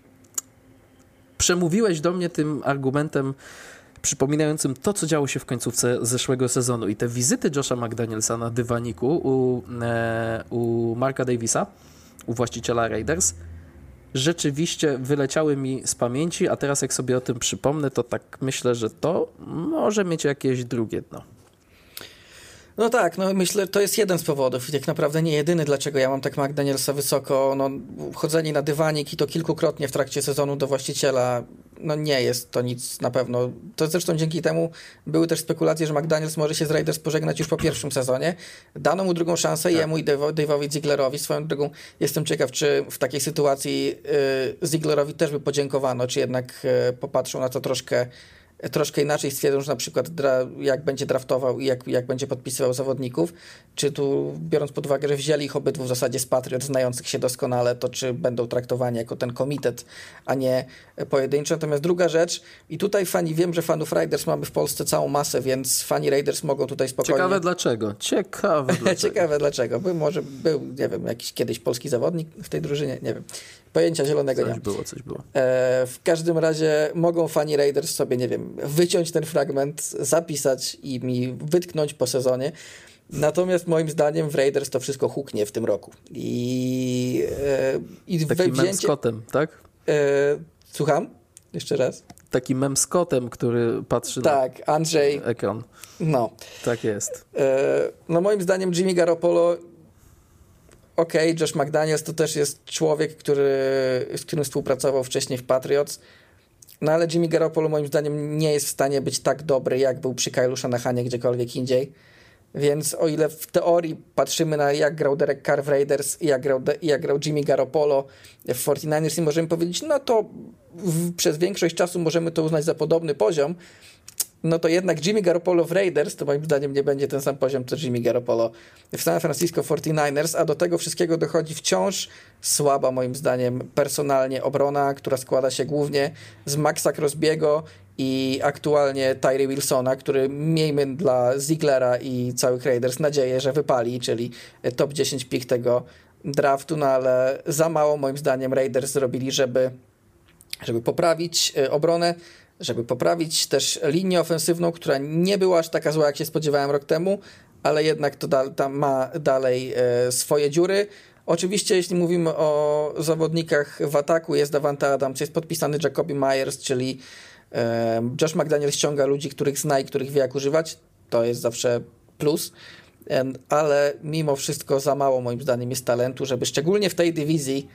przemówiłeś do mnie tym argumentem przypominającym to, co działo się w końcówce zeszłego sezonu i te wizyty Josha McDanielsa na dywaniku u, e, u Marka Davisa, u właściciela Raiders, rzeczywiście wyleciały mi z pamięci, a teraz jak sobie o tym przypomnę, to tak myślę, że to może mieć jakieś drugie dno. No tak, no myślę, to jest jeden z powodów i tak naprawdę nie jedyny, dlaczego ja mam tak McDanielsa wysoko. No, chodzenie na dywanik i to kilkukrotnie w trakcie sezonu do właściciela, no nie jest to nic na pewno. To zresztą dzięki temu były też spekulacje, że McDaniels może się z Raiders pożegnać już po pierwszym sezonie. Dano mu drugą szansę, tak. Jemu i Dave'owi Zieglerowi. Swoją drogą jestem ciekaw, czy w takiej sytuacji yy, Zieglerowi też by podziękowano, czy jednak yy, popatrzą na to troszkę troszkę inaczej, stwierdzą, że na przykład dra, jak będzie draftował i jak, jak będzie podpisywał zawodników, czy tu biorąc pod uwagę, że wzięli ich obydwu w zasadzie z Patriot, znających się doskonale, to czy będą traktowani jako ten komitet, a nie pojedynczo. Natomiast druga rzecz, i tutaj fani, wiem, że fanów Raiders mamy w Polsce całą masę, więc fani Raiders mogą tutaj spokojnie... Ciekawe dlaczego. Ciekawe dlaczego. Ciekawe dlaczego. By może był, nie wiem, jakiś kiedyś polski zawodnik w tej drużynie, nie wiem. Pojęcia zielonego coś nie mam. Coś było, coś było. E, w każdym razie mogą fani Raiders sobie, nie wiem, wyciąć ten fragment, zapisać i mi wytknąć po sezonie. Natomiast moim zdaniem w Raiders to wszystko huknie w tym roku. I, e, i Taki wzięcie... mem z kotem, tak? E, słucham? Jeszcze raz. Taki mem z kotem, który patrzy tak, na Andrzej. ekran. No. Tak jest. E, no moim zdaniem Jimmy Garoppolo, okej, okay, Josh McDaniels to też jest człowiek, który, z którym współpracował wcześniej w Patriots, no ale Jimmy Garoppolo moim zdaniem nie jest w stanie być tak dobry, jak był przy Kylu Shanahanie gdziekolwiek indziej. Więc o ile w teorii patrzymy na jak grał Derek Carr w Raiders i jak grał, jak grał Jimmy Garoppolo w czterdzieści dziewięć i możemy powiedzieć, no to w, przez większość czasu możemy to uznać za podobny poziom, no to jednak Jimmy Garoppolo w Raiders to moim zdaniem nie będzie ten sam poziom, co Jimmy Garoppolo w San Francisco czterdzieści dziewięć, a do tego wszystkiego dochodzi wciąż słaba moim zdaniem personalnie obrona, która składa się głównie z Maxa Crosby'ego i aktualnie Tyree Wilsona, który miejmy dla Zieglera i całych Raiders nadzieję, że wypali, czyli top dziesięć pick tego draftu, no ale za mało moim zdaniem Raiders zrobili, żeby, żeby poprawić obronę, żeby poprawić też linię ofensywną, która nie była aż taka zła, jak się spodziewałem rok temu, ale jednak to da, tam ma dalej e, swoje dziury. Oczywiście, jeśli mówimy o zawodnikach w ataku, jest Davante Adams, jest podpisany Jacoby Myers, czyli e, Josh McDaniel ściąga ludzi, których zna i których wie, jak używać. To jest zawsze plus, e, ale mimo wszystko za mało moim zdaniem jest talentu, żeby szczególnie w tej dywizji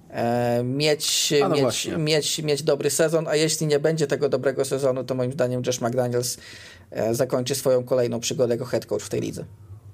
mieć, no mieć, mieć, mieć dobry sezon, a jeśli nie będzie tego dobrego sezonu, to moim zdaniem Josh McDaniels zakończy swoją kolejną przygodę jako head coach w tej lidze.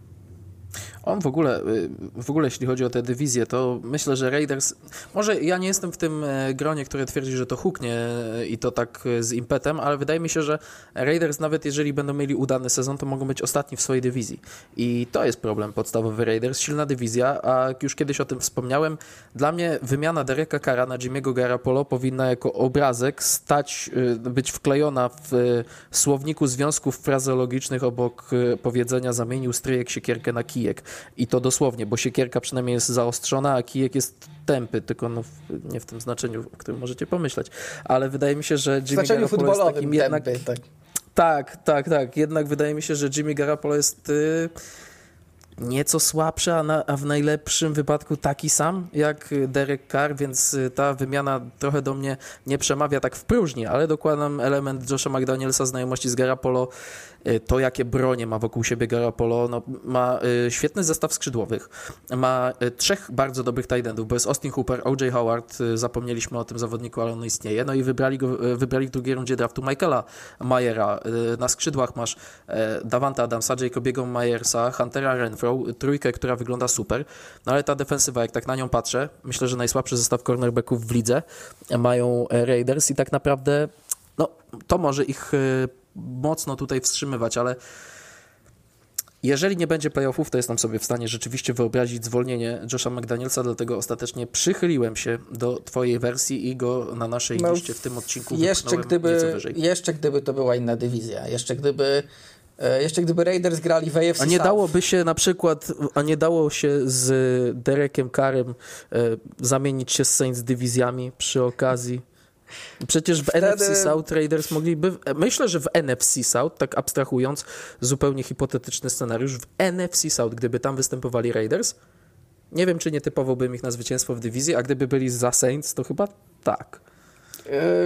On w ogóle, w ogóle jeśli chodzi o tę dywizję, to myślę, że Raiders, może ja nie jestem w tym gronie, które twierdzi, że to huknie i to tak z impetem, ale wydaje mi się, że Raiders nawet jeżeli będą mieli udany sezon, to mogą być ostatni w swojej dywizji. I to jest problem podstawowy Raiders, silna dywizja, a jak już kiedyś o tym wspomniałem, dla mnie wymiana Dereka Carra na Jimmy'ego Garoppolo powinna jako obrazek stać, być wklejona w słowniku związków frazeologicznych obok powiedzenia zamienił stryjek siekierkę na kijek. I to dosłownie, bo siekierka przynajmniej jest zaostrzona, a kijek jest tępy, tylko no, nie w tym znaczeniu, o którym możecie pomyśleć. Ale wydaje mi się, że Jimmy Garoppolo jest takim jednak... Tępy, tak. tak, tak, tak. Jednak wydaje mi się, że Jimmy Garoppolo jest y, nieco słabszy, a, na, a w najlepszym wypadku taki sam jak Derek Carr, więc ta wymiana trochę do mnie nie przemawia tak w próżni, ale dokładam element Josha McDanielsa, znajomości z Garoppolo, to jakie bronie ma wokół siebie Garoppolo, no, ma y, świetny zestaw skrzydłowych, ma y, trzech bardzo dobrych tight endów, bo jest Austin Hooper, O J Howard, y, zapomnieliśmy o tym zawodniku, ale on istnieje, no i wybrali go, y, wybrali w drugiej rundzie draftu Michaela Mayera, y, na skrzydłach masz y, Davante Adamsa, Jacobiego Myersa, Huntera Renfro, trójkę, która wygląda super, no ale ta defensywa, jak tak na nią patrzę, myślę, że najsłabszy zestaw cornerbacków w lidze mają Raiders i tak naprawdę no, to może ich y, mocno tutaj wstrzymywać, ale Jeżeli nie będzie playoffów, to jestem sobie w stanie rzeczywiście wyobrazić zwolnienie Josha McDanielsa, dlatego ostatecznie przychyliłem się do twojej wersji i go na naszej No, liście w tym odcinku jeszcze wypchnąłem gdyby, nieco wyżej. jeszcze gdyby to była inna dywizja, jeszcze gdyby, e, jeszcze gdyby Raiders grali w A F C A nie South. dałoby się na przykład, a nie dało się z Derekiem Carrem e, zamienić się z Saints dywizjami przy okazji? Przecież w Wtedy... N F C South Raiders mogliby, myślę, że w N F C South, tak abstrahując, zupełnie hipotetyczny scenariusz, w N F C South, gdyby tam występowali Raiders, nie wiem, czy nie typowałbym ich na zwycięstwo w dywizji, a gdyby byli za Saints, to chyba tak. E,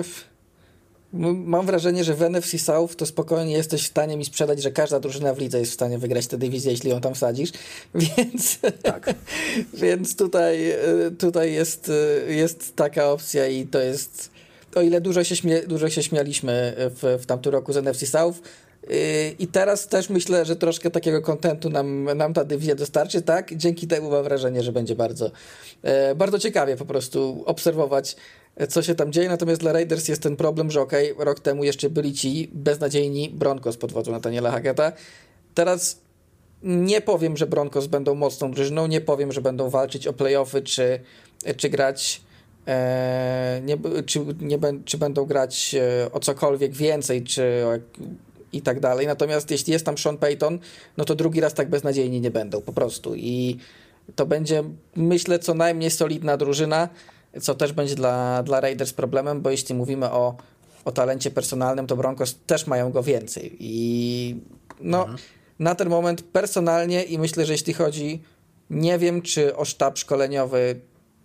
mam wrażenie, że w N F C South to spokojnie jesteś w stanie mi sprzedać, że każda drużyna w lidze jest w stanie wygrać tę dywizję, jeśli ją tam wsadzisz, więc, tak. więc tutaj, tutaj jest, jest taka opcja i to jest, o ile dużo się, śmie, dużo się śmialiśmy w, w tamtym roku z N F C South, i teraz też myślę, że troszkę takiego kontentu nam, nam ta dywizja dostarczy, tak? Dzięki temu mam wrażenie, że będzie bardzo, bardzo ciekawie po prostu obserwować, co się tam dzieje. Natomiast dla Raiders jest ten problem, że okej, okay, rok temu jeszcze byli ci beznadziejni Broncos pod wodzą Nathaniela Hackett'a. Teraz nie powiem, że Broncos będą mocną drużyną, nie powiem, że będą walczyć o playoffy, czy, czy grać e, nie, czy, nie, czy będą grać o cokolwiek więcej, czy o, i tak dalej. Natomiast jeśli jest tam Sean Payton, no to drugi raz tak beznadziejni nie będą po prostu. I to będzie, myślę, co najmniej solidna drużyna, co też będzie dla, dla Raiders problemem, bo jeśli mówimy o, o talencie personalnym, to Broncos też mają go więcej. I no, mhm. na ten moment personalnie i myślę, że jeśli chodzi, nie wiem, czy o sztab szkoleniowy,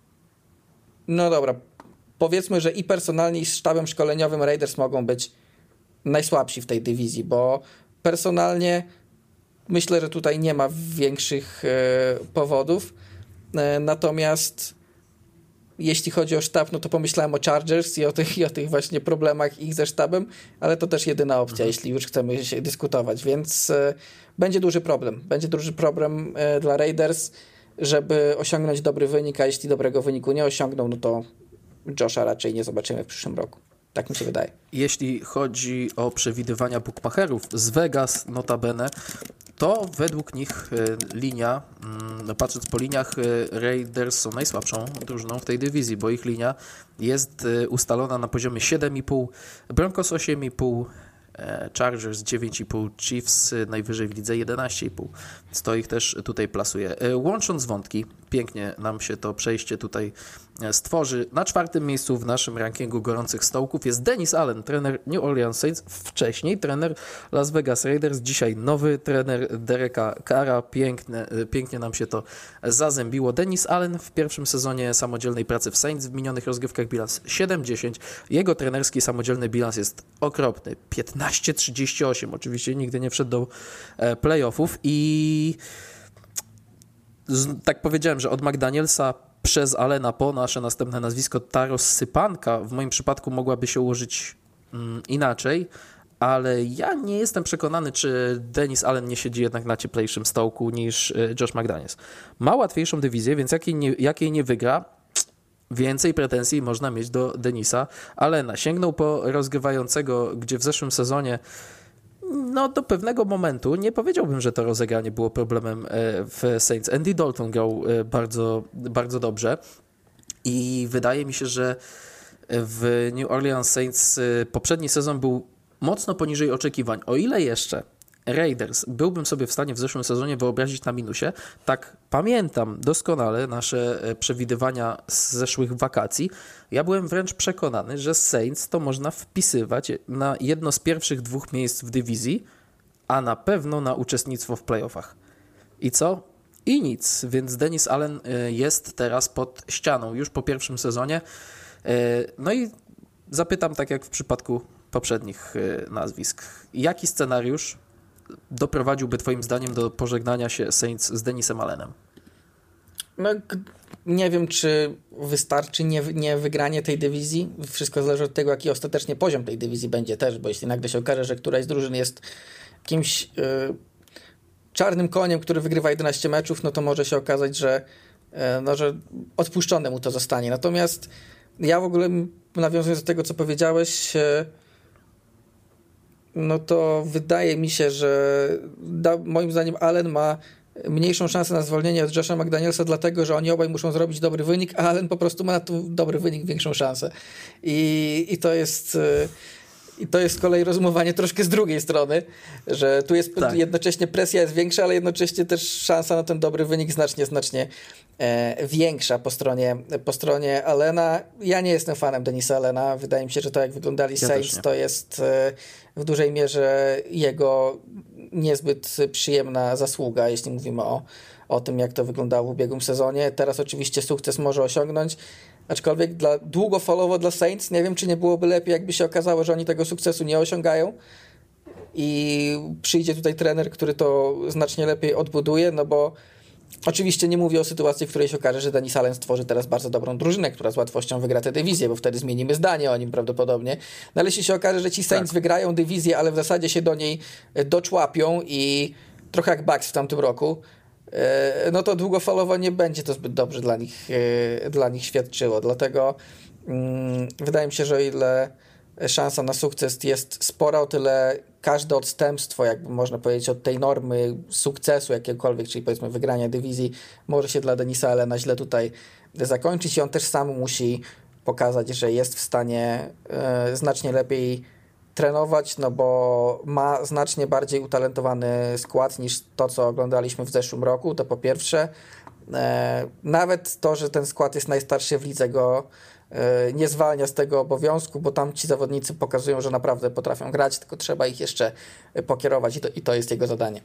no dobra, powiedzmy, że i personalnie, i z sztabem szkoleniowym Raiders mogą być najsłabsi w tej dywizji, bo personalnie myślę, że tutaj nie ma większych e, powodów. E, natomiast jeśli chodzi o sztab, no to pomyślałem o Chargers i o tych, i o tych właśnie problemach ich ze sztabem, ale to też jedyna opcja, mhm. jeśli już chcemy się dyskutować, więc e, będzie duży problem. Będzie duży problem e, dla Raiders, żeby osiągnąć dobry wynik, a jeśli dobrego wyniku nie osiągną, no to Josha raczej nie zobaczymy w przyszłym roku. Tak mi się wydaje. Jeśli chodzi o przewidywania bookmacherów z Vegas notabene, to według nich linia, no patrząc po liniach, Raiders są najsłabszą drużyną w tej dywizji, bo ich linia jest ustalona na poziomie siedem i pół, Broncos osiem i pół, Chargers dziewięć i pół, Chiefs najwyżej w lidze jedenaście i pół. Więc to ich też tutaj plasuje. Łącząc wątki, pięknie nam się to przejście tutaj stworzy. Na czwartym miejscu w naszym rankingu gorących stołków jest Dennis Allen, trener New Orleans Saints, wcześniej trener Las Vegas Raiders, dzisiaj nowy trener Dereka Carra. Piękne, pięknie nam się to zazębiło. Dennis Allen w pierwszym sezonie samodzielnej pracy w Saints w minionych rozgrywkach bilans siedem dziesięć. Jego trenerski samodzielny bilans jest okropny. piętnaście trzydzieści osiem. Oczywiście nigdy nie wszedł do playoffów i tak powiedziałem, że od McDanielsa przez Allena po nasze następne nazwisko ta rozsypanka w moim przypadku mogłaby się ułożyć mm, inaczej, ale ja nie jestem przekonany, czy Dennis Allen nie siedzi jednak na cieplejszym stołku niż Josh McDaniels. Ma łatwiejszą dywizję, więc jak jej nie, jak jej nie wygra, więcej pretensji można mieć do Dennisa Allena. Sięgnął po rozgrywającego, gdzie w zeszłym sezonie no do pewnego momentu nie powiedziałbym, że to rozegranie było problemem w Saints. Andy Dalton grał bardzo, bardzo dobrze i wydaje mi się, że w New Orleans Saints poprzedni sezon był mocno poniżej oczekiwań. O ile jeszcze Raiders byłbym sobie w stanie w zeszłym sezonie wyobrazić na minusie, tak pamiętam doskonale nasze przewidywania z zeszłych wakacji. Ja byłem wręcz przekonany, że Saints to można wpisywać na jedno z pierwszych dwóch miejsc w dywizji, a na pewno na uczestnictwo w playoffach. I co? I nic, więc Dennis Allen jest teraz pod ścianą już po pierwszym sezonie. No i zapytam, tak jak w przypadku poprzednich nazwisk, jaki scenariusz doprowadziłby twoim zdaniem do pożegnania się Saints z Dennisem Allenem? No, nie wiem, czy wystarczy nie, nie wygranie tej dywizji. Wszystko zależy od tego, jaki ostatecznie poziom tej dywizji będzie też, bo jeśli nagle się okaże, że któraś z drużyn jest jakimś yy, czarnym koniem, który wygrywa jedenaście meczów, no to może się okazać, że, yy, no, że odpuszczone mu to zostanie. Natomiast ja w ogóle, nawiązując do tego, co powiedziałeś, yy, no to wydaje mi się, że da, moim zdaniem Allen ma mniejszą szansę na zwolnienie od Josha McDanielsa, dlatego że oni obaj muszą zrobić dobry wynik, a Allen po prostu ma na to dobry wynik większą szansę. I, i to jest... I to jest z kolei rozumowanie troszkę z drugiej strony, że tu jest tak. jednocześnie presja jest większa, ale jednocześnie też szansa na ten dobry wynik znacznie, znacznie e, większa po stronie, po stronie Allena. Ja nie jestem fanem Denisa Allena. Wydaje mi się, że to jak wyglądali ja Saints to jest e, w dużej mierze jego niezbyt przyjemna zasługa, jeśli mówimy o, o tym, jak to wyglądało w ubiegłym sezonie. Teraz oczywiście sukces może osiągnąć, aczkolwiek dla, długofalowo dla Saints nie wiem, czy nie byłoby lepiej, jakby się okazało, że oni tego sukcesu nie osiągają i przyjdzie tutaj trener, który to znacznie lepiej odbuduje, no bo oczywiście nie mówię o sytuacji, w której się okaże, że Denis Allen stworzy teraz bardzo dobrą drużynę, która z łatwością wygra tę dywizję, bo wtedy zmienimy zdanie o nim prawdopodobnie. No ale jeśli się okaże, że ci Saints tak. wygrają dywizję, ale w zasadzie się do niej doczłapią i trochę jak Bucks w tamtym roku, no to długofalowo nie będzie to zbyt dobrze dla nich, dla nich świadczyło. Dlatego hmm, wydaje mi się, że o ile szansa na sukces jest spora, o tyle każde odstępstwo, jakby można powiedzieć, od tej normy sukcesu jakiegokolwiek, czyli powiedzmy wygrania dywizji, może się dla Denisa Allena źle tutaj zakończyć i on też sam musi pokazać, że jest w stanie e, znacznie lepiej trenować, no bo ma znacznie bardziej utalentowany skład niż to, co oglądaliśmy w zeszłym roku, to po pierwsze. E, nawet to, że ten skład jest najstarszy w lidze, go e, nie zwalnia z tego obowiązku, bo tam ci zawodnicy pokazują, że naprawdę potrafią grać, tylko trzeba ich jeszcze pokierować i to, i to jest jego zadanie.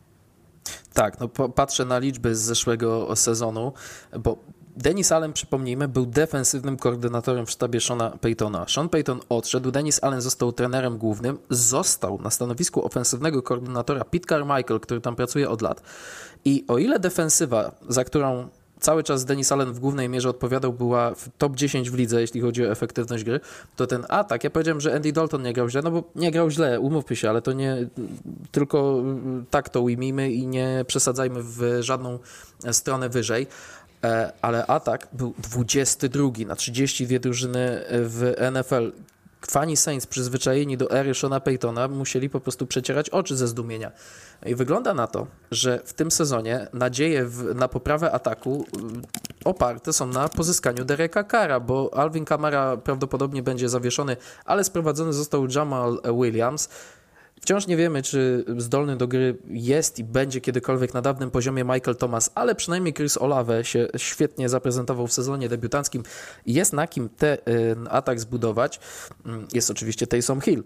Tak, no patrzę na liczby z zeszłego sezonu, bo Denis Allen, przypomnijmy, był defensywnym koordynatorem w sztabie Seana Paytona. Sean Payton odszedł, Denis Allen został trenerem głównym, został na stanowisku ofensywnego koordynatora Pete Carmichael, który tam pracuje od lat. I o ile defensywa, za którą cały czas Denis Allen w głównej mierze odpowiadał, była w top dziesięć w lidze, jeśli chodzi o efektywność gry, to ten atak, ja powiedziałem, że Andy Dalton nie grał źle, no bo nie grał źle, umówmy się, ale to nie, tylko tak to ujmijmy i nie przesadzajmy w żadną stronę wyżej. Ale atak był dwudziesty drugi na trzydzieści dwie drużyny w N F L. Fani Saints przyzwyczajeni do ery Seana Paytona musieli po prostu przecierać oczy ze zdumienia. I wygląda na to, że w tym sezonie nadzieje w, na poprawę ataku oparte są na pozyskaniu Dereka Carra, bo Alvin Kamara prawdopodobnie będzie zawieszony, ale sprowadzony został Jamal Williams. Wciąż nie wiemy, czy zdolny do gry jest i będzie kiedykolwiek na dawnym poziomie Michael Thomas, ale przynajmniej Chris Olave się świetnie zaprezentował w sezonie debiutanckim. Jest na kim ten atak zbudować. Jest oczywiście Taysom Hill,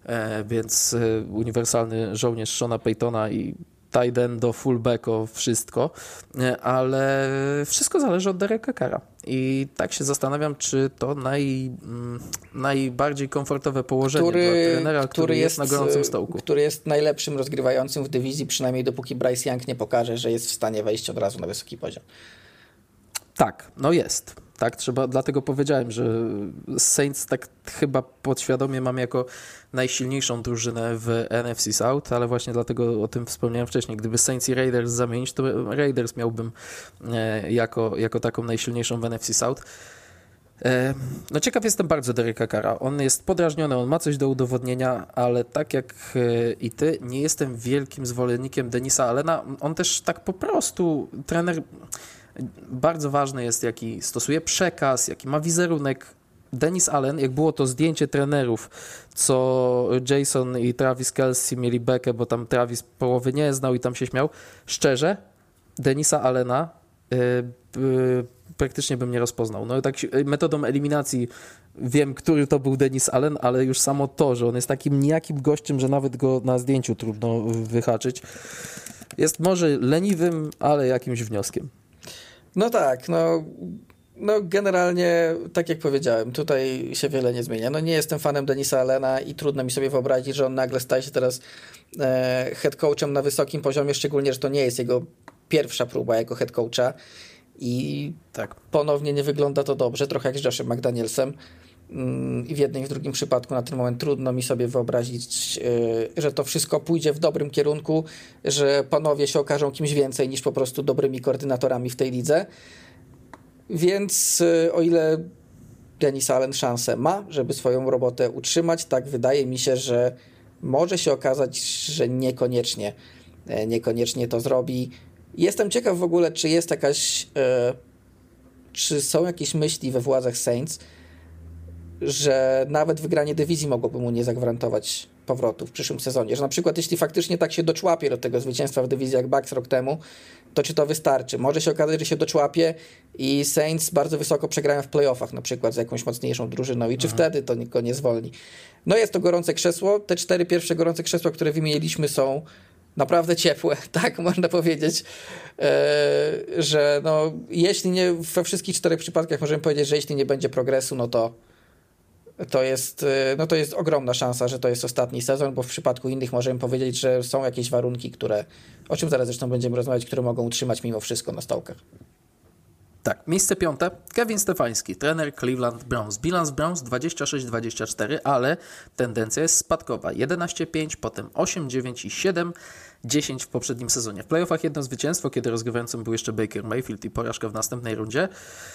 więc uniwersalny żołnierz Seana Paytona i tight end do fullbacko, wszystko, ale wszystko zależy od Dereka Carra. I tak się zastanawiam, czy to naj, najbardziej komfortowe położenie który, dla trenera, który, który jest, jest na gorącym stołku. Który jest najlepszym rozgrywającym w dywizji, przynajmniej dopóki Bryce Young nie pokaże, że jest w stanie wejść od razu na wysoki poziom. Tak, no jest. Tak, trzeba, dlatego powiedziałem, że Saints tak chyba podświadomie mam jako najsilniejszą drużynę w N F C South, ale właśnie dlatego o tym wspomniałem wcześniej. Gdyby Saints i Raiders zamienić, to Raiders miałbym e, jako, jako taką najsilniejszą w N F C South. E, no ciekaw jestem bardzo Dereka Carra. On jest podrażniony, on ma coś do udowodnienia, ale tak jak e, i ty, nie jestem wielkim zwolennikiem Denisa Allena. On też tak po prostu, trener... Bardzo ważne jest, jaki stosuje przekaz, jaki ma wizerunek. Denis Allen, jak było to zdjęcie trenerów, co Jason i Travis Kelce mieli bekę, bo tam Travis połowy nie znał i tam się śmiał. Szczerze, Denisa Allena yy, yy, praktycznie bym nie rozpoznał. No tak metodą eliminacji wiem, który to był Denis Allen, ale już samo to, że on jest takim nijakim gościem, że nawet go na zdjęciu trudno wyhaczyć. Jest może leniwym, ale jakimś wnioskiem. No tak, no, no generalnie tak jak powiedziałem, tutaj się wiele nie zmienia. No nie jestem fanem Denisa Allena i trudno mi sobie wyobrazić, że on nagle staje się teraz e, head coachem na wysokim poziomie, szczególnie, że to nie jest jego pierwsza próba jako head coacha i tak ponownie nie wygląda to dobrze, trochę jak z Joshem McDanielsem. I w jednym i w drugim przypadku na ten moment trudno mi sobie wyobrazić, że to wszystko pójdzie w dobrym kierunku, że panowie się okażą kimś więcej niż po prostu dobrymi koordynatorami w tej lidze. Więc o ile Denis Allen szansę ma, żeby swoją robotę utrzymać, tak wydaje mi się, że może się okazać, że niekoniecznie, niekoniecznie to zrobi. Jestem ciekaw w ogóle, czy jest jakaś, czy są jakieś myśli we władzach Saints, że nawet wygranie dywizji mogłoby mu nie zagwarantować powrotu w przyszłym sezonie. Że na przykład jeśli faktycznie tak się doczłapie do tego zwycięstwa w dywizji jak Bucks rok temu, to czy to wystarczy? Może się okazać, że się doczłapie i Saints bardzo wysoko przegrają w playoffach na przykład z jakąś mocniejszą drużyną i czy mhm. wtedy to go nie zwolni. No jest to gorące krzesło. Te cztery pierwsze gorące krzesła, które wymieniliśmy, są naprawdę ciepłe, tak można powiedzieć, eee, że no jeśli nie, we wszystkich czterech przypadkach możemy powiedzieć, że jeśli nie będzie progresu, no to To jest, no to jest ogromna szansa, że to jest ostatni sezon, bo w przypadku innych możemy powiedzieć, że są jakieś warunki, które, o czym zaraz zresztą będziemy rozmawiać, które mogą utrzymać mimo wszystko na stołkach. Tak, miejsce piąte. Kevin Stefański, trener Cleveland Browns. Bilans Browns dwadzieścia sześć dwadzieścia cztery, ale tendencja jest spadkowa. jedenaście pięć, potem osiem dziewięć i siedem dziesięć w poprzednim sezonie. W playoffach jedno zwycięstwo, kiedy rozgrywającym był jeszcze Baker Mayfield i porażka w następnej rundzie.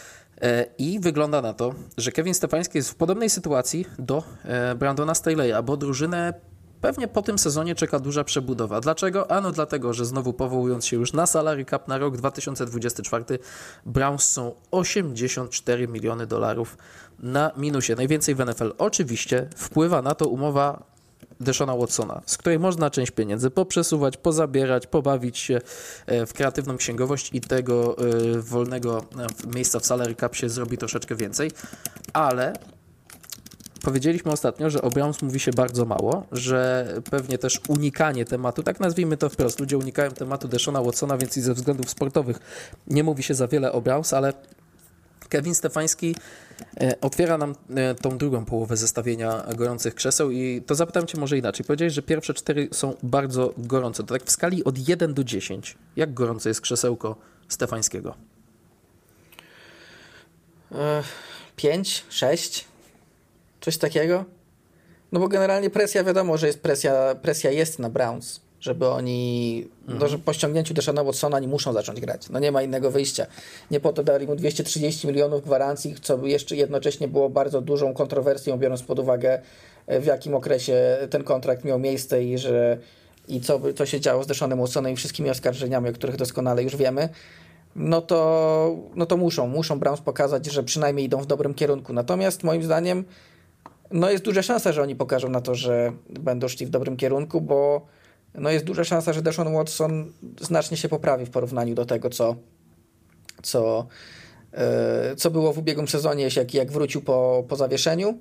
I wygląda na to, że Kevin Stefański jest w podobnej sytuacji do Brandona Staley'a, bo drużynę pewnie po tym sezonie czeka duża przebudowa. Dlaczego? Ano dlatego, że znowu powołując się już na salary cap na rok dwa tysiące dwudziesty czwarty, Browns są osiemdziesiąt cztery miliony dolarów na minusie. Najwięcej w N F L. Oczywiście wpływa na to umowa Deshona Watsona, z której można część pieniędzy poprzesuwać, pozabierać, pobawić się w kreatywną księgowość i tego wolnego miejsca w salary cap się zrobi troszeczkę więcej, ale powiedzieliśmy ostatnio, że o Browns mówi się bardzo mało, że pewnie też unikanie tematu, tak nazwijmy to wprost, ludzie unikają tematu Deshona Watsona, więc i ze względów sportowych nie mówi się za wiele o Browns, ale Kevin Stefański otwiera nam tą drugą połowę zestawienia gorących krzeseł i to zapytam Cię może inaczej. Powiedziałeś, że pierwsze cztery są bardzo gorące. To tak w skali od jeden do dziesięciu. Jak gorące jest krzesełko Stefańskiego? pięć, sześć, coś takiego. No bo generalnie presja, wiadomo, że jest presja, presja jest na Browns, żeby oni, mhm. no, że po ściągnięciu Deshona Watsona oni muszą zacząć grać. No nie ma innego wyjścia. Nie po to dali mu dwieście trzydzieści milionów gwarancji, co jeszcze jednocześnie było bardzo dużą kontrowersją, biorąc pod uwagę, w jakim okresie ten kontrakt miał miejsce i że i co, co się działo z Deshonem Watsonem i wszystkimi oskarżeniami, o których doskonale już wiemy. No to, no to muszą, muszą Browns pokazać, że przynajmniej idą w dobrym kierunku. Natomiast moim zdaniem no jest duża szansa, że oni pokażą na to, że będą szli w dobrym kierunku, bo no jest duża szansa, że Deshaun Watson znacznie się poprawi w porównaniu do tego, co, co, yy, co było w ubiegłym sezonie, jak, jak wrócił po, po zawieszeniu.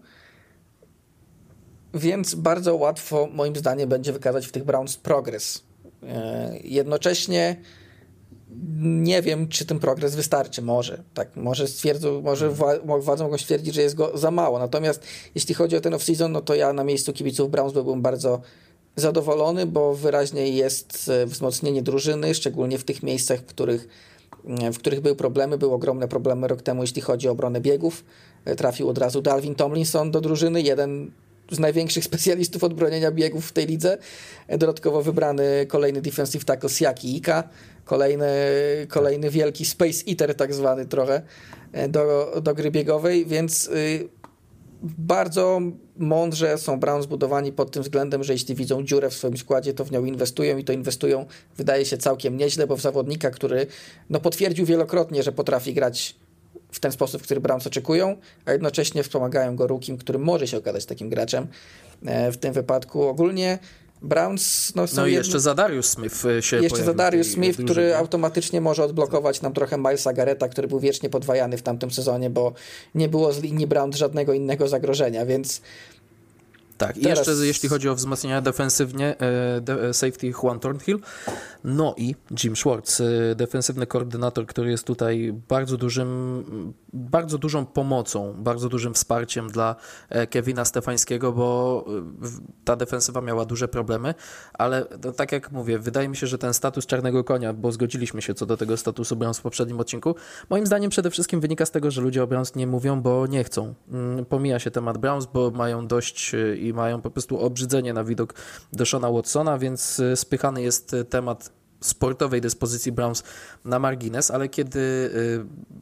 Więc bardzo łatwo, moim zdaniem, będzie wykazać w tych Browns progres. Yy, jednocześnie nie wiem, czy ten progres wystarczy. Może. Tak, może stwierdzą, może władze mogą stwierdzić, że jest go za mało. Natomiast jeśli chodzi o ten off-season, no to ja na miejscu kibiców Browns byłbym bardzo zadowolony, bo wyraźnie jest wzmocnienie drużyny, szczególnie w tych miejscach, w których, w których były problemy. Były ogromne problemy rok temu, jeśli chodzi o obronę biegów. Trafił od razu Dalvin Tomlinson do drużyny, jeden z największych specjalistów od bronienia biegów w tej lidze. Dodatkowo wybrany kolejny defensive tackle Siaki Ika, kolejny, kolejny wielki space eater tak zwany trochę do, do gry biegowej, więc y, bardzo mądrze są Browns zbudowani pod tym względem, że jeśli widzą dziurę w swoim składzie, to w nią inwestują i to inwestują, wydaje się, całkiem nieźle, bo w zawodnika, który no, potwierdził wielokrotnie, że potrafi grać w ten sposób, który Browns oczekują, a jednocześnie wspomagają go rookiem, który może się okazać takim graczem w tym wypadku. Ogólnie Browns... No, są no i jedno... jeszcze Zadarius Smith się Jeszcze Zadarius Smith, który automatycznie może odblokować nam trochę Milesa Garretta, który był wiecznie podwajany w tamtym sezonie, bo nie było z linii Browns żadnego innego zagrożenia, więc tak, i teraz... jeszcze jeśli chodzi o wzmocnienia defensywnie, de, safety Juan Thornhill, no i Jim Schwartz, defensywny koordynator, który jest tutaj bardzo dużym, bardzo dużą pomocą, bardzo dużym wsparciem dla Kevina Stefańskiego, bo ta defensywa miała duże problemy, ale no, tak jak mówię, wydaje mi się, że ten status czarnego konia, bo zgodziliśmy się co do tego statusu Browns w poprzednim odcinku, moim zdaniem przede wszystkim wynika z tego, że ludzie o Browns nie mówią, bo nie chcą. Pomija się temat Browns, bo mają dość i mają po prostu obrzydzenie na widok Deshona Watsona, więc spychany jest temat sportowej dyspozycji Browns na margines, ale kiedy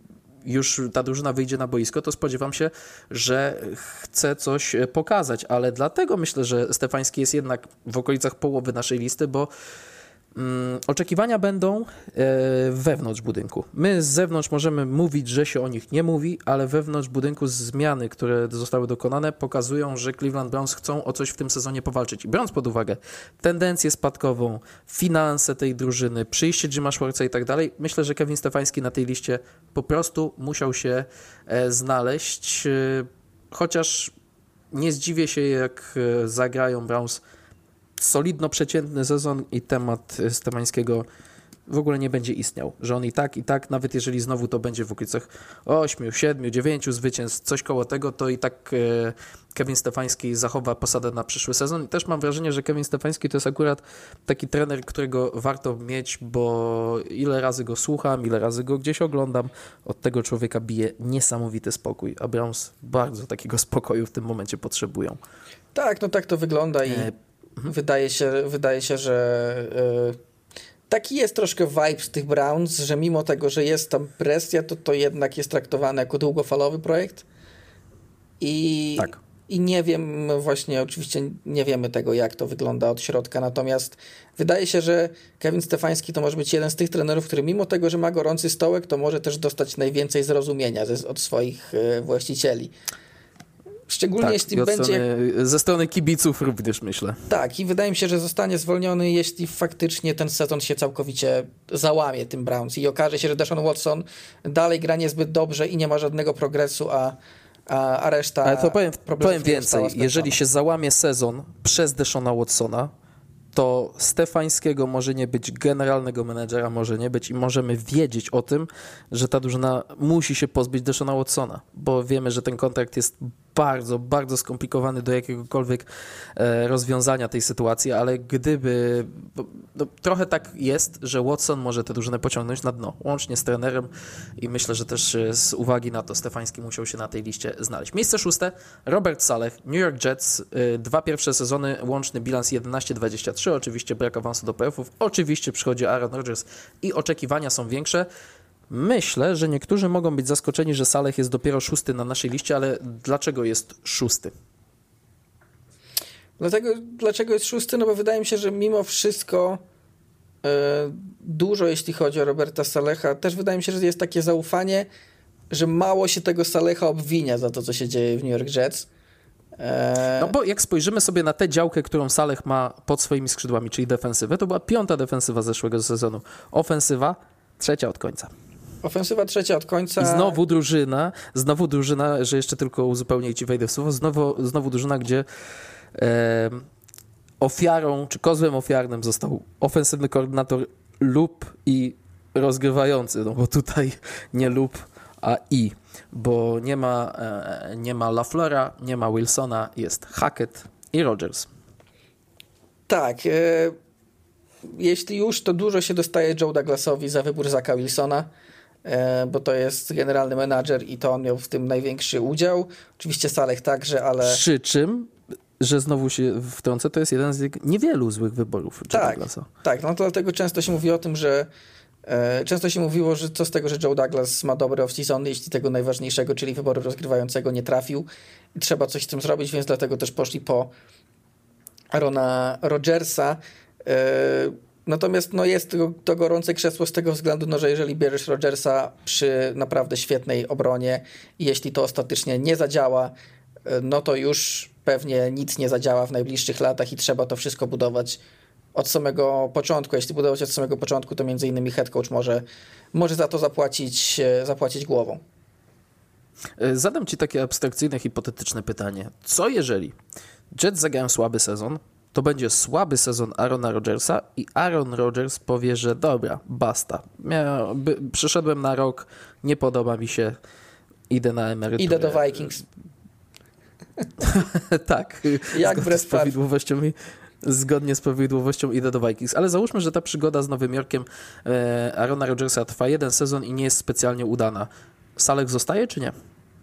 już ta drużyna wyjdzie na boisko, to spodziewam się, że chce coś pokazać, ale dlatego myślę, że Stefański jest jednak w okolicach połowy naszej listy, bo mm, oczekiwania będą e, wewnątrz budynku. My z zewnątrz możemy mówić, że się o nich nie mówi, ale wewnątrz budynku zmiany, które zostały dokonane, pokazują, że Cleveland Browns chcą o coś w tym sezonie powalczyć. I biorąc pod uwagę tendencję spadkową, finanse tej drużyny, przyjście Jima Schwartza i tak dalej, myślę, że Kevin Stefański na tej liście po prostu musiał się e, znaleźć, e, chociaż nie zdziwię się, jak e, zagrają Browns solidno przeciętny sezon i temat Stefańskiego w ogóle nie będzie istniał, że on i tak, i tak, nawet jeżeli znowu to będzie w okolicach ośmiu, siedmiu, dziewięciu zwycięstw, coś koło tego, to i tak e, Kevin Stefański zachowa posadę na przyszły sezon. I też mam wrażenie, że Kevin Stefański to jest akurat taki trener, którego warto mieć, bo ile razy go słucham, ile razy go gdzieś oglądam, od tego człowieka bije niesamowity spokój, a Browns bardzo takiego spokoju w tym momencie potrzebują. Tak, no tak to wygląda i e, wydaje się, wydaje się, że yy... taki jest troszkę vibe z tych Browns, że mimo tego, że jest tam presja, to to jednak jest traktowane jako długofalowy projekt. I, tak. I nie wiem, właśnie oczywiście nie wiemy tego, jak to wygląda od środka, natomiast wydaje się, że Kevin Stefański to może być jeden z tych trenerów, który mimo tego, że ma gorący stołek, to może też dostać najwięcej zrozumienia ze, od swoich y, właścicieli. Szczególnie tak, jeśli od będzie... Strony, ze strony kibiców również, myślę. Tak, i wydaje mi się, że zostanie zwolniony, jeśli faktycznie ten sezon się całkowicie załamie tym Browns i okaże się, że Deshaun Watson dalej gra niezbyt dobrze i nie ma żadnego progresu, a, a, a reszta... Ale to powiem, powiem nie więcej, jeżeli się załamie sezon przez Deshauna Watsona, to Stefańskiego może nie być, generalnego menedżera może nie być i możemy wiedzieć o tym, że ta drużyna musi się pozbyć Deshauna Watsona, bo wiemy, że ten kontrakt jest bardzo, bardzo skomplikowany do jakiegokolwiek e, rozwiązania tej sytuacji, ale gdyby... No, trochę tak jest, że Watson może tę drużynę pociągnąć na dno, łącznie z trenerem i myślę, że też z uwagi na to Stefański musiał się na tej liście znaleźć. Miejsce szóste, Robert Saleh, New York Jets, y, dwa pierwsze sezony, łączny bilans jedenaście dwadzieścia trzy, oczywiście brak awansu do playoffów, oczywiście przychodzi Aaron Rodgers i oczekiwania są większe. Myślę, że niektórzy mogą być zaskoczeni, że Saleh jest dopiero szósty na naszej liście, ale dlaczego jest szósty? Dlatego, dlaczego jest szósty? No bo wydaje mi się, że mimo wszystko yy, dużo, jeśli chodzi o Roberta Saleha, też wydaje mi się, że jest takie zaufanie, że mało się tego Saleha obwinia za to, co się dzieje w New York Jets. Eee... No bo jak spojrzymy sobie na tę działkę, którą Saleh ma pod swoimi skrzydłami, czyli defensywę, to była piąta defensywa zeszłego sezonu. Ofensywa trzecia od końca. Ofensywa trzecia od końca. I znowu drużyna, znowu drużyna, że jeszcze tylko uzupełnię i ci wejdę w słowo, znowu, znowu drużyna, gdzie e, ofiarą, czy kozłem ofiarnym został ofensywny koordynator lub i rozgrywający, no bo tutaj nie lub, a i, bo nie ma, e, nie ma LaFleura, nie ma Wilsona, jest Hackett i Rodgers. Tak, e, jeśli już, to dużo się dostaje Joe Douglasowi za wybór Zacka Wilsona, e, bo to jest generalny menadżer i to on miał w tym największy udział. Oczywiście Saleh także, ale... Przy czym, że znowu się wtrącę, to jest jeden z niewielu złych wyborów Joe tak, Douglasa. Tak, no to dlatego często się mówi o tym, że e, często się mówiło, że co z tego, że Joe Douglas ma dobre off-season, jeśli tego najważniejszego, czyli wyboru rozgrywającego nie trafił i trzeba coś z tym zrobić, więc dlatego też poszli po Aarona Rodgersa. E, natomiast no, jest to, to gorące krzesło z tego względu, no, że jeżeli bierzesz Rodgersa przy naprawdę świetnej obronie i jeśli to ostatecznie nie zadziała, no to już pewnie nic nie zadziała w najbliższych latach i trzeba to wszystko budować od samego początku. Jeśli budować od samego początku, to między innymi head coach może, może za to zapłacić, zapłacić głową. Zadam ci takie abstrakcyjne, hipotetyczne pytanie. Co jeżeli Jets zagrają słaby sezon, to będzie słaby sezon Aarona Rodgersa i Aaron Rodgers powie, że dobra, basta. Miał, by, przyszedłem na rok, nie podoba mi się, idę na emeryturę. Idę do Vikings. Tak, jak zgodnie z prawidłowością i zgodnie z prawidłowością idę do Vikings. Ale załóżmy, że ta przygoda z Nowym Jorkiem e, Aarona Rodgersa trwa jeden sezon i nie jest specjalnie udana. Saleh zostaje czy nie?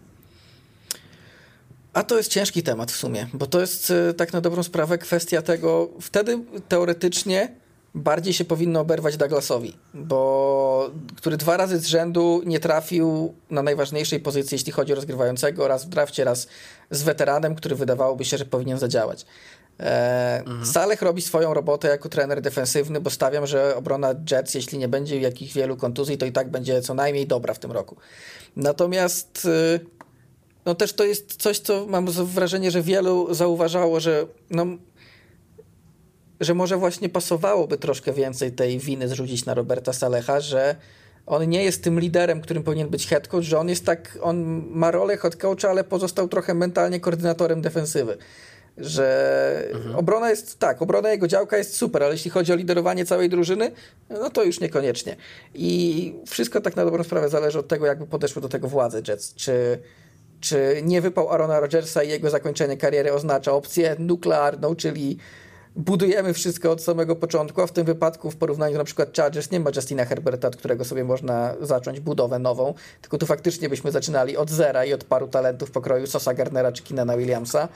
A to jest ciężki temat w sumie, bo to jest tak na dobrą sprawę kwestia tego, wtedy teoretycznie bardziej się powinno oberwać Douglasowi, bo który dwa razy z rzędu nie trafił na najważniejszej pozycji, jeśli chodzi o rozgrywającego, raz w drafcie, raz z weteranem, który wydawałoby się, że powinien zadziałać. E, mhm. Saleh robi swoją robotę jako trener defensywny, bo stawiam, że obrona Jets, jeśli nie będzie jakichś wielu kontuzji, to i tak będzie co najmniej dobra w tym roku. Natomiast no też to jest coś, co mam wrażenie, że wielu zauważało, że no, że może właśnie pasowałoby troszkę więcej tej winy zrzucić na Roberta Saleha, że on nie jest tym liderem, którym powinien być head coach, że on jest tak, on ma rolę head coacha, ale pozostał trochę mentalnie koordynatorem defensywy. Że mhm. obrona jest, tak, obrona jego działka jest super, ale jeśli chodzi o liderowanie całej drużyny, no to już niekoniecznie. I wszystko tak na dobrą sprawę zależy od tego, jakby podeszły do tego władze Jets. Czy, czy nie wypał Aarona Rodgersa i jego zakończenie kariery oznacza opcję nuklearną, czyli budujemy wszystko od samego początku, a w tym wypadku w porównaniu do na przykład Chargers nie ma Justina Herberta, od którego sobie można zacząć budowę nową, tylko tu faktycznie byśmy zaczynali od zera i od paru talentów pokroju Sosa Gardnera czy Keenana Williamsa.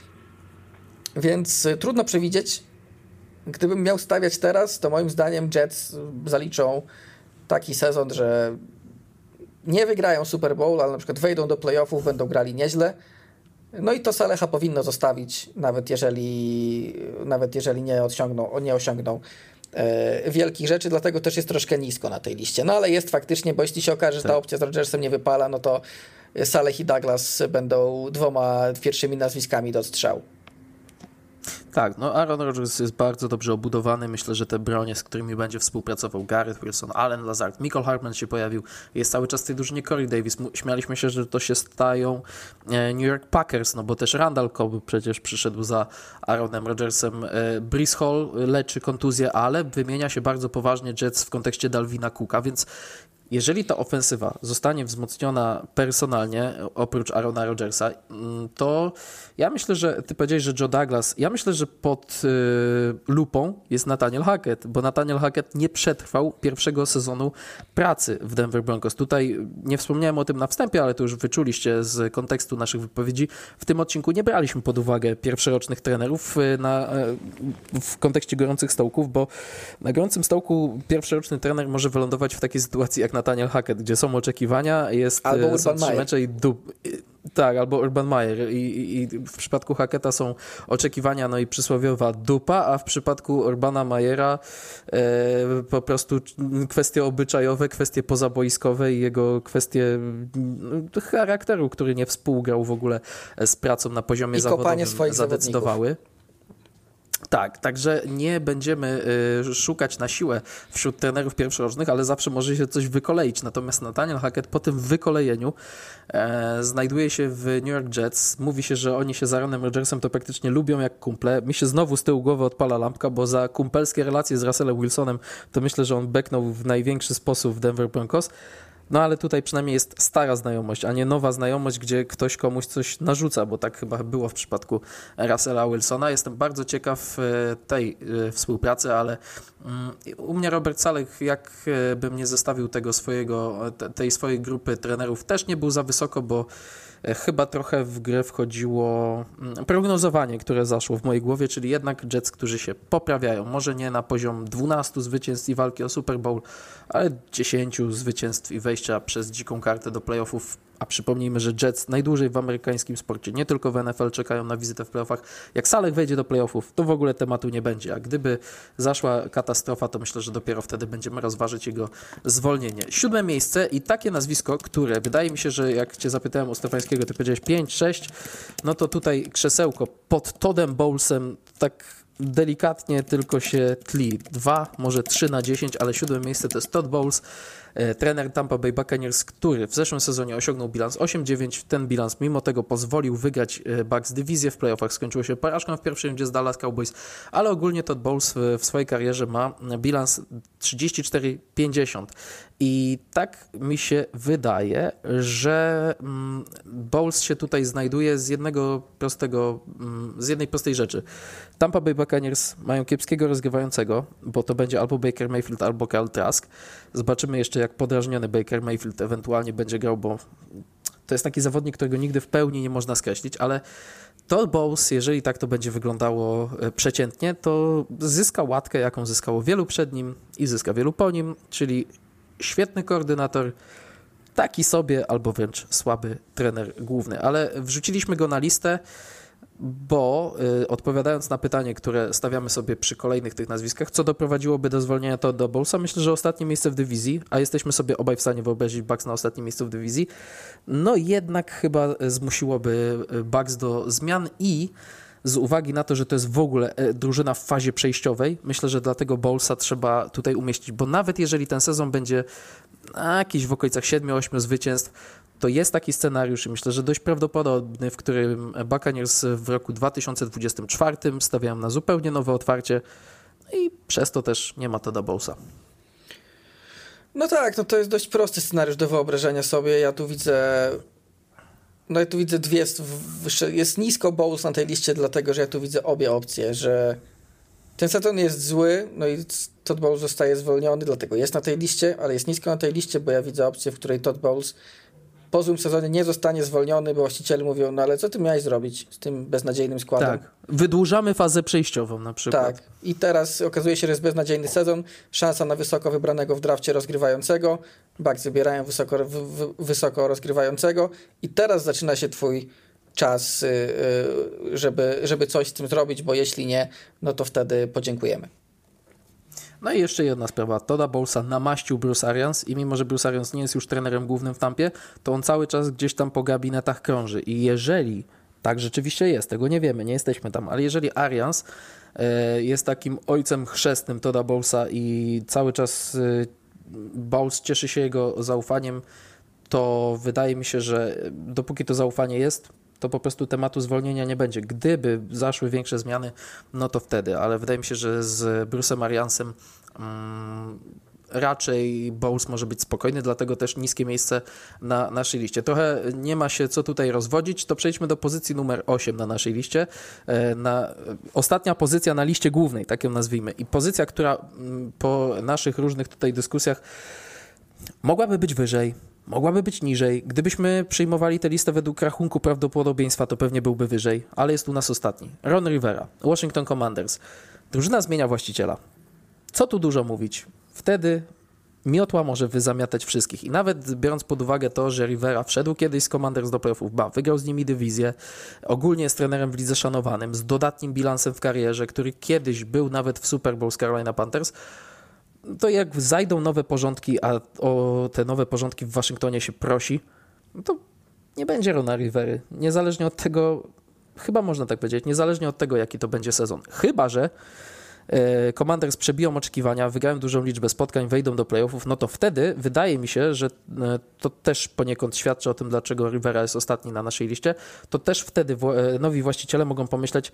Więc trudno przewidzieć. Gdybym miał stawiać teraz, to moim zdaniem Jets zaliczą taki sezon, że nie wygrają Super Bowl, ale na przykład wejdą do playoffów, będą grali nieźle. No i to Saleha powinno zostawić, nawet jeżeli, nawet jeżeli nie osiągną, nie osiągną e, wielkich rzeczy, dlatego też jest troszkę nisko na tej liście. No ale jest faktycznie, bo jeśli się okaże, że ta opcja z Rodgersem nie wypala, no to Saleh i Douglas będą dwoma pierwszymi nazwiskami do strzału. Tak, no Aaron Rodgers jest bardzo dobrze obudowany. Myślę, że te bronie, z którymi będzie współpracował Garrett Wilson, Allen Lazard, Mecole Hardman się pojawił. Jest cały czas w tej drużynie Corey Davis. Śmialiśmy się, że to się stają New York Packers, no bo też Randall Cobb przecież przyszedł za Aaronem Rodgersem. Breece Hall leczy kontuzję, ale wymienia się bardzo poważnie Jets w kontekście Dalvina Cooka, więc jeżeli ta ofensywa zostanie wzmocniona personalnie, oprócz Aarona Rodgersa, to ja myślę, że ty powiedziałeś, że Joe Douglas, ja myślę, że pod y, lupą jest Nathaniel Hackett, bo Nathaniel Hackett nie przetrwał pierwszego sezonu pracy w Denver Broncos. Tutaj nie wspomniałem o tym na wstępie, ale to już wyczuliście z kontekstu naszych wypowiedzi. W tym odcinku nie braliśmy pod uwagę pierwszorocznych trenerów na, w kontekście gorących stołków, bo na gorącym stołku pierwszoroczny trener może wylądować w takiej sytuacji jak Nathaniel Hackett, gdzie są oczekiwania, jest albo są trzy mecze i dup. Tak, albo Urban Meyer. I, i, I w przypadku Hacketta są oczekiwania, no i przysłowiowa dupa, a w przypadku Urbana Meyera e, po prostu kwestie obyczajowe, kwestie pozaboiskowe i jego kwestie no, charakteru, który nie współgrał w ogóle z pracą na poziomie I zawodowym, swoich zadecydowały. Zawodników. Tak, także nie będziemy y, szukać na siłę wśród trenerów pierwszorocznych, ale zawsze może się coś wykoleić. Natomiast Nathaniel Hackett po tym wykolejeniu e, znajduje się w New York Jets. Mówi się, że oni się z Aaronem Rodgersem to praktycznie lubią jak kumple. Mi się znowu z tyłu głowy odpala lampka, bo za kumpelskie relacje z Russellem Wilsonem to myślę, że on beknął w największy sposób w Denver Broncos. No ale tutaj przynajmniej jest stara znajomość, a nie nowa znajomość, gdzie ktoś komuś coś narzuca, bo tak chyba było w przypadku Russella Wilsona. Jestem bardzo ciekaw tej współpracy, ale u mnie Robert Saleh, jak bym nie zestawił tego swojego, tej swojej grupy trenerów, też nie był za wysoko, bo chyba trochę w grę wchodziło prognozowanie, które zaszło w mojej głowie, czyli jednak Jets, którzy się poprawiają. Może nie na poziom dwunastu zwycięstw i walki o Super Bowl, ale dziesięciu zwycięstw i wejścia przez dziką kartę do playoffów. A przypomnijmy, że Jets najdłużej w amerykańskim sporcie, nie tylko w N F L, czekają na wizytę w playoffach. Jak Saleh wejdzie do playoffów, to w ogóle tematu nie będzie. A gdyby zaszła katastrofa, to myślę, że dopiero wtedy będziemy rozważyć jego zwolnienie. Siódme miejsce i takie nazwisko, które wydaje mi się, że jak cię zapytałem u Stefańskiego, ty powiedziałeś pięć, sześć, no to tutaj krzesełko pod Toddem Bowlesem tak delikatnie tylko się tli. Dwa, może trzy na dziesięć, ale siódme miejsce to jest Todd Bowles, trener Tampa Bay Buccaneers, który w zeszłym sezonie osiągnął bilans osiem dziewięć. Ten bilans mimo tego pozwolił wygrać Bucs dywizję w playoffach. Skończyło się porażką w pierwszym rundzie z Dallas Cowboys, ale ogólnie Todd Bowles w swojej karierze ma bilans trzydzieści cztery pięćdziesiąt. I tak mi się wydaje, że Bowles się tutaj znajduje z jednego prostego, z jednej prostej rzeczy. Tampa Bay Buccaneers mają kiepskiego rozgrywającego, bo to będzie albo Baker Mayfield, albo Kyle Trask. Zobaczymy jeszcze, jak podrażniony Baker Mayfield ewentualnie będzie grał, bo to jest taki zawodnik, którego nigdy w pełni nie można skreślić, ale Todd Bowles, jeżeli tak to będzie wyglądało przeciętnie, to zyska łatkę, jaką zyskało wielu przed nim i zyska wielu po nim, czyli świetny koordynator, taki sobie albo wręcz słaby trener główny, ale wrzuciliśmy go na listę, bo y, odpowiadając na pytanie, które stawiamy sobie przy kolejnych tych nazwiskach, co doprowadziłoby do zwolnienia Todda Bowlesa, myślę, że ostatnie miejsce w dywizji, a jesteśmy sobie obaj w stanie wyobrazić Bucks na ostatnim miejscu w dywizji, no jednak chyba zmusiłoby Bucks do zmian i z uwagi na to, że to jest w ogóle drużyna w fazie przejściowej, myślę, że dlatego Bowlesa trzeba tutaj umieścić, bo nawet jeżeli ten sezon będzie jakiś w okolicach siedmiu ośmiu zwycięstw, to jest taki scenariusz i myślę, że dość prawdopodobny, w którym Buccaneers w roku dwa tysiące dwudziestym czwartym stawiają na zupełnie nowe otwarcie i przez to też nie ma Todda Bowlesa. No tak, no to jest dość prosty scenariusz do wyobrażenia sobie. Ja tu widzę no ja tu widzę dwie, jest nisko Bowles na tej liście, dlatego że ja tu widzę obie opcje, że ten sezon jest zły, no i Todd Bowles zostaje zwolniony, dlatego jest na tej liście, ale jest nisko na tej liście, bo ja widzę opcję, w której Todd Bowles po złym sezonie nie zostanie zwolniony, bo właściciele mówią, no ale co ty miałeś zrobić z tym beznadziejnym składem? Tak, wydłużamy fazę przejściową na przykład. Tak, i teraz okazuje się, że jest beznadziejny sezon, szansa na wysoko wybranego w drafcie rozgrywającego, Bucks wybierają wysoko, w, w, wysoko rozgrywającego i teraz zaczyna się twój czas, yy, żeby, żeby coś z tym zrobić, bo jeśli nie, no to wtedy podziękujemy. No i jeszcze jedna sprawa. Todda Bowlesa namaścił Bruce Arians i mimo, że Bruce Arians nie jest już trenerem głównym w Tampie, to on cały czas gdzieś tam po gabinetach krąży. I jeżeli tak rzeczywiście jest, tego nie wiemy, nie jesteśmy tam, ale jeżeli Arians e, jest takim ojcem chrzestnym Todda Bowlesa i cały czas e, Bowles cieszy się jego zaufaniem, to wydaje mi się, że dopóki to zaufanie jest, to po prostu tematu zwolnienia nie będzie. Gdyby zaszły większe zmiany, no to wtedy, ale wydaje mi się, że z Bruce'em Ariansem um, raczej Bowles może być spokojny, dlatego też niskie miejsce na naszej liście. Trochę nie ma się co tutaj rozwodzić, to przejdźmy do pozycji numer osiem na naszej liście. Na, ostatnia pozycja na liście głównej, tak ją nazwijmy. I pozycja, która po naszych różnych tutaj dyskusjach mogłaby być wyżej, mogłaby być niżej. Gdybyśmy przyjmowali tę listę według rachunku prawdopodobieństwa, to pewnie byłby wyżej, ale jest u nas ostatni. Ron Rivera, Washington Commanders. Drużyna zmienia właściciela. Co tu dużo mówić? Wtedy miotła może wyzamiatać wszystkich. I nawet biorąc pod uwagę to, że Rivera wszedł kiedyś z Commanders do playoffów, ba, wygrał z nimi dywizję, ogólnie jest trenerem w lidze szanowanym, z dodatnim bilansem w karierze, który kiedyś był nawet w Super Bowl z Carolina Panthers, to jak zajdą nowe porządki, a o te nowe porządki w Waszyngtonie się prosi, to nie będzie Rona Rivery. Niezależnie od tego, chyba można tak powiedzieć, niezależnie od tego, jaki to będzie sezon. Chyba że e, Commanders przebiją oczekiwania, wygrają dużą liczbę spotkań, wejdą do playoffów, no to wtedy wydaje mi się, że e, to też poniekąd świadczy o tym, dlaczego Rivera jest ostatni na naszej liście, to też wtedy w, e, nowi właściciele mogą pomyśleć,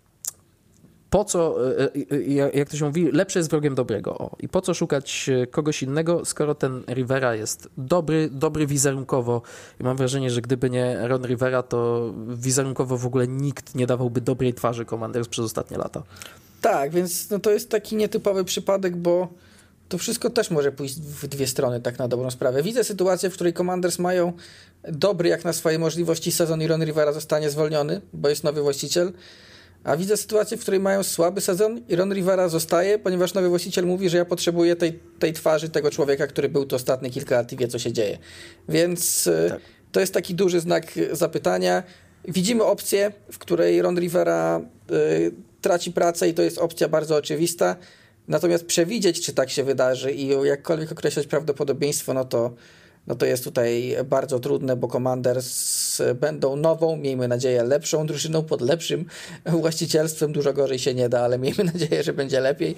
po co, jak to się mówi, lepsze jest wrogiem dobrego. O, i po co szukać kogoś innego, skoro ten Rivera jest dobry, dobry wizerunkowo. I mam wrażenie, że gdyby nie Ron Rivera, to wizerunkowo w ogóle nikt nie dawałby dobrej twarzy Commanders przez ostatnie lata. Tak, więc no to jest taki nietypowy przypadek, bo to wszystko też może pójść w dwie strony, tak na dobrą sprawę. Widzę sytuację, w której Commanders mają dobry jak na swoje możliwości sezon i Ron Rivera zostanie zwolniony, bo jest nowy właściciel. A widzę sytuację, w której mają słaby sezon i Ron Rivera zostaje, ponieważ nowy właściciel mówi, że ja potrzebuję tej, tej twarzy, tego człowieka, który był tu ostatnie kilka lat i wie, co się dzieje. Więc tak. To jest taki duży znak zapytania. Widzimy opcję, w której Ron Rivera y, traci pracę i to jest opcja bardzo oczywista. Natomiast przewidzieć, czy tak się wydarzy i jakkolwiek określać prawdopodobieństwo, no to no to jest tutaj bardzo trudne, bo Commanders będą nową, miejmy nadzieję, lepszą drużyną pod lepszym właścicielstwem. Dużo gorzej się nie da, ale miejmy nadzieję, że będzie lepiej.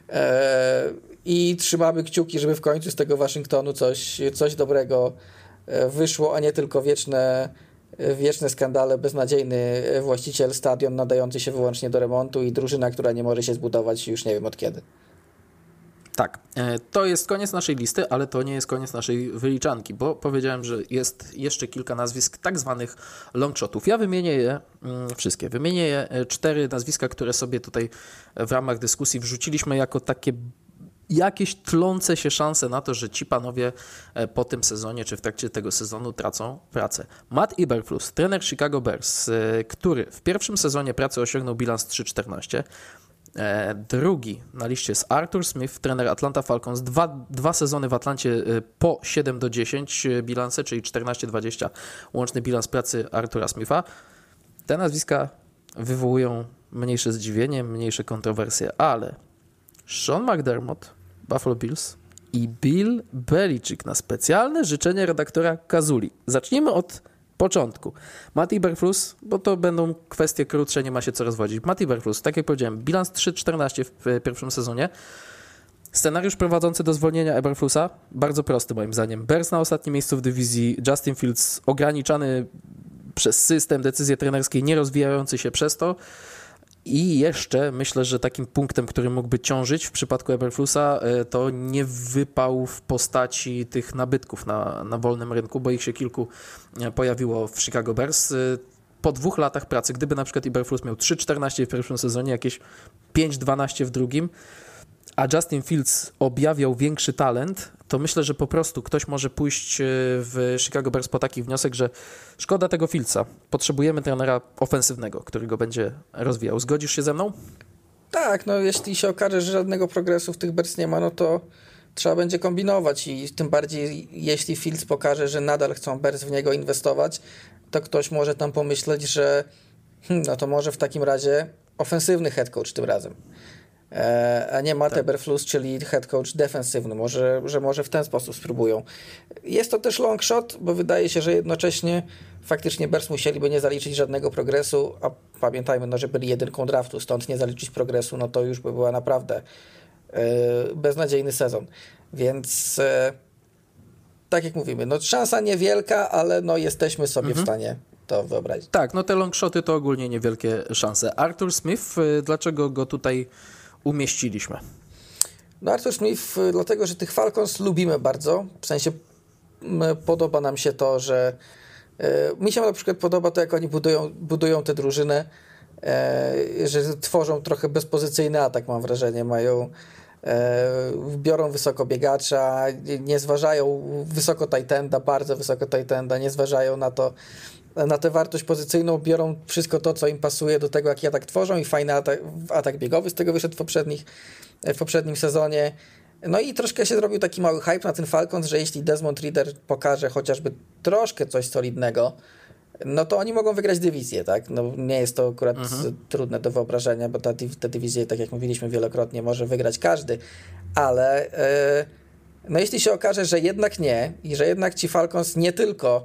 I trzymamy kciuki, żeby w końcu z tego Waszyngtonu coś, coś dobrego wyszło, a nie tylko wieczne, wieczne skandale, beznadziejny właściciel, stadion nadający się wyłącznie do remontu i drużyna, która nie może się zbudować już nie wiem od kiedy. Tak, to jest koniec naszej listy, ale to nie jest koniec naszej wyliczanki, bo powiedziałem, że jest jeszcze kilka nazwisk tak zwanych longshotów. Ja wymienię je mm, wszystkie. Wymienię je cztery nazwiska, które sobie tutaj w ramach dyskusji wrzuciliśmy jako takie jakieś tlące się szanse na to, że ci panowie po tym sezonie, czy w trakcie tego sezonu tracą pracę. Matt Eberflus, trener Chicago Bears, który w pierwszym sezonie pracy osiągnął bilans trzy czternaście. Drugi na liście jest Arthur Smith, trener Atlanta Falcons. Dwa, dwa sezony w Atlancie po siedem do dziesięciu bilanse, czyli czternaście dwadzieścia łączny bilans pracy Artura Smitha. Te nazwiska wywołują mniejsze zdziwienie, mniejsze kontrowersje, ale Sean McDermott, Buffalo Bills i Bill Belichick na specjalne życzenie redaktora Kazuli. Zacznijmy od początku. Matt Eberflus, bo to będą kwestie krótsze, nie ma się co rozwodzić. Matt Eberflus, tak jak powiedziałem, bilans trzy czternaście w pierwszym sezonie. Scenariusz prowadzący do zwolnienia Eberflusa, bardzo prosty moim zdaniem. Bears na ostatnim miejscu w dywizji, Justin Fields ograniczany przez system, decyzje trenerskie, nie rozwijający się przez to. I jeszcze myślę, że takim punktem, który mógłby ciążyć w przypadku Eberflusa, to nie wypał w postaci tych nabytków na, na wolnym rynku, bo ich się kilku pojawiło w Chicago Bears. Po dwóch latach pracy, gdyby na przykład Eberflus miał trzy czternaście w pierwszym sezonie, jakieś pięć dwanaście w drugim, a Justin Fields objawiał większy talent, to myślę, że po prostu ktoś może pójść w Chicago Bears po taki wniosek, że szkoda tego Fieldsa. Potrzebujemy trenera ofensywnego, który go będzie rozwijał. Zgodzisz się ze mną? Tak, no jeśli się okaże, że żadnego progresu w tych Bears nie ma, no to trzeba będzie kombinować i tym bardziej jeśli Fields pokaże, że nadal chcą Bears w niego inwestować, to ktoś może tam pomyśleć, że hmm, no to może w takim razie ofensywny head coach tym razem. A nie Matt tak. Eberflus, czyli head coach defensywny. Może, że może w ten sposób spróbują. Jest to też long shot, bo wydaje się, że jednocześnie faktycznie Bears musieliby nie zaliczyć żadnego progresu, a pamiętajmy, no, że byli jedynką draftu, stąd nie zaliczyć progresu, no to już by była naprawdę yy, beznadziejny sezon. Więc yy, tak jak mówimy, no szansa niewielka, ale no jesteśmy sobie mhm. w stanie to wyobrazić. Tak, no te long shoty to ogólnie niewielkie szanse. Arthur Smith, yy, dlaczego go tutaj umieściliśmy? No Arthur Smith, dlatego, że tych Falcons lubimy bardzo, w sensie podoba nam się to, że e, mi się na przykład podoba to, jak oni budują, budują tę drużynę, e, że tworzą trochę bezpozycyjny atak, mam wrażenie, mają e, biorą wysoko biegacza, nie zważają wysoko tight enda, bardzo wysoko tight enda, nie zważają na to, na tę wartość pozycyjną, biorą wszystko to, co im pasuje do tego, jaki atak tworzą i fajny atak, atak biegowy z tego wyszedł w, poprzednich, w poprzednim sezonie. No i troszkę się zrobił taki mały hype na ten Falcons, że jeśli Desmond Ridder pokaże chociażby troszkę coś solidnego, no to oni mogą wygrać dywizję, tak? No nie jest to akurat mhm. trudne do wyobrażenia, bo ta, ta dywizję, tak jak mówiliśmy wielokrotnie, może wygrać każdy, ale yy, no jeśli się okaże, że jednak nie i że jednak ci Falcons nie tylko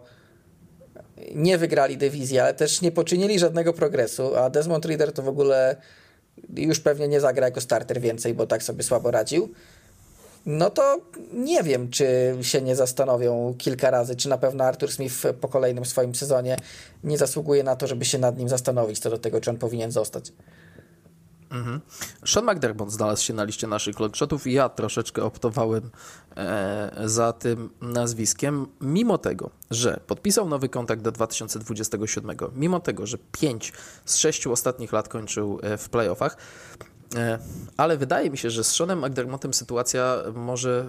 nie wygrali dywizji, ale też nie poczynili żadnego progresu, a Desmond Ridder to w ogóle już pewnie nie zagra jako starter więcej, bo tak sobie słabo radził, no to nie wiem, czy się nie zastanowią kilka razy, czy na pewno Arthur Smith po kolejnym swoim sezonie nie zasługuje na to, żeby się nad nim zastanowić co do tego, czy on powinien zostać. Mhm. Sean McDermott znalazł się na liście naszych longshotów i ja troszeczkę optowałem e, za tym nazwiskiem, mimo tego, że podpisał nowy kontrakt do dwa tysiące dwudziestego siódmego, mimo tego, że pięć z sześciu ostatnich lat kończył w playoffach, e, ale wydaje mi się, że z Seanem McDermottem sytuacja może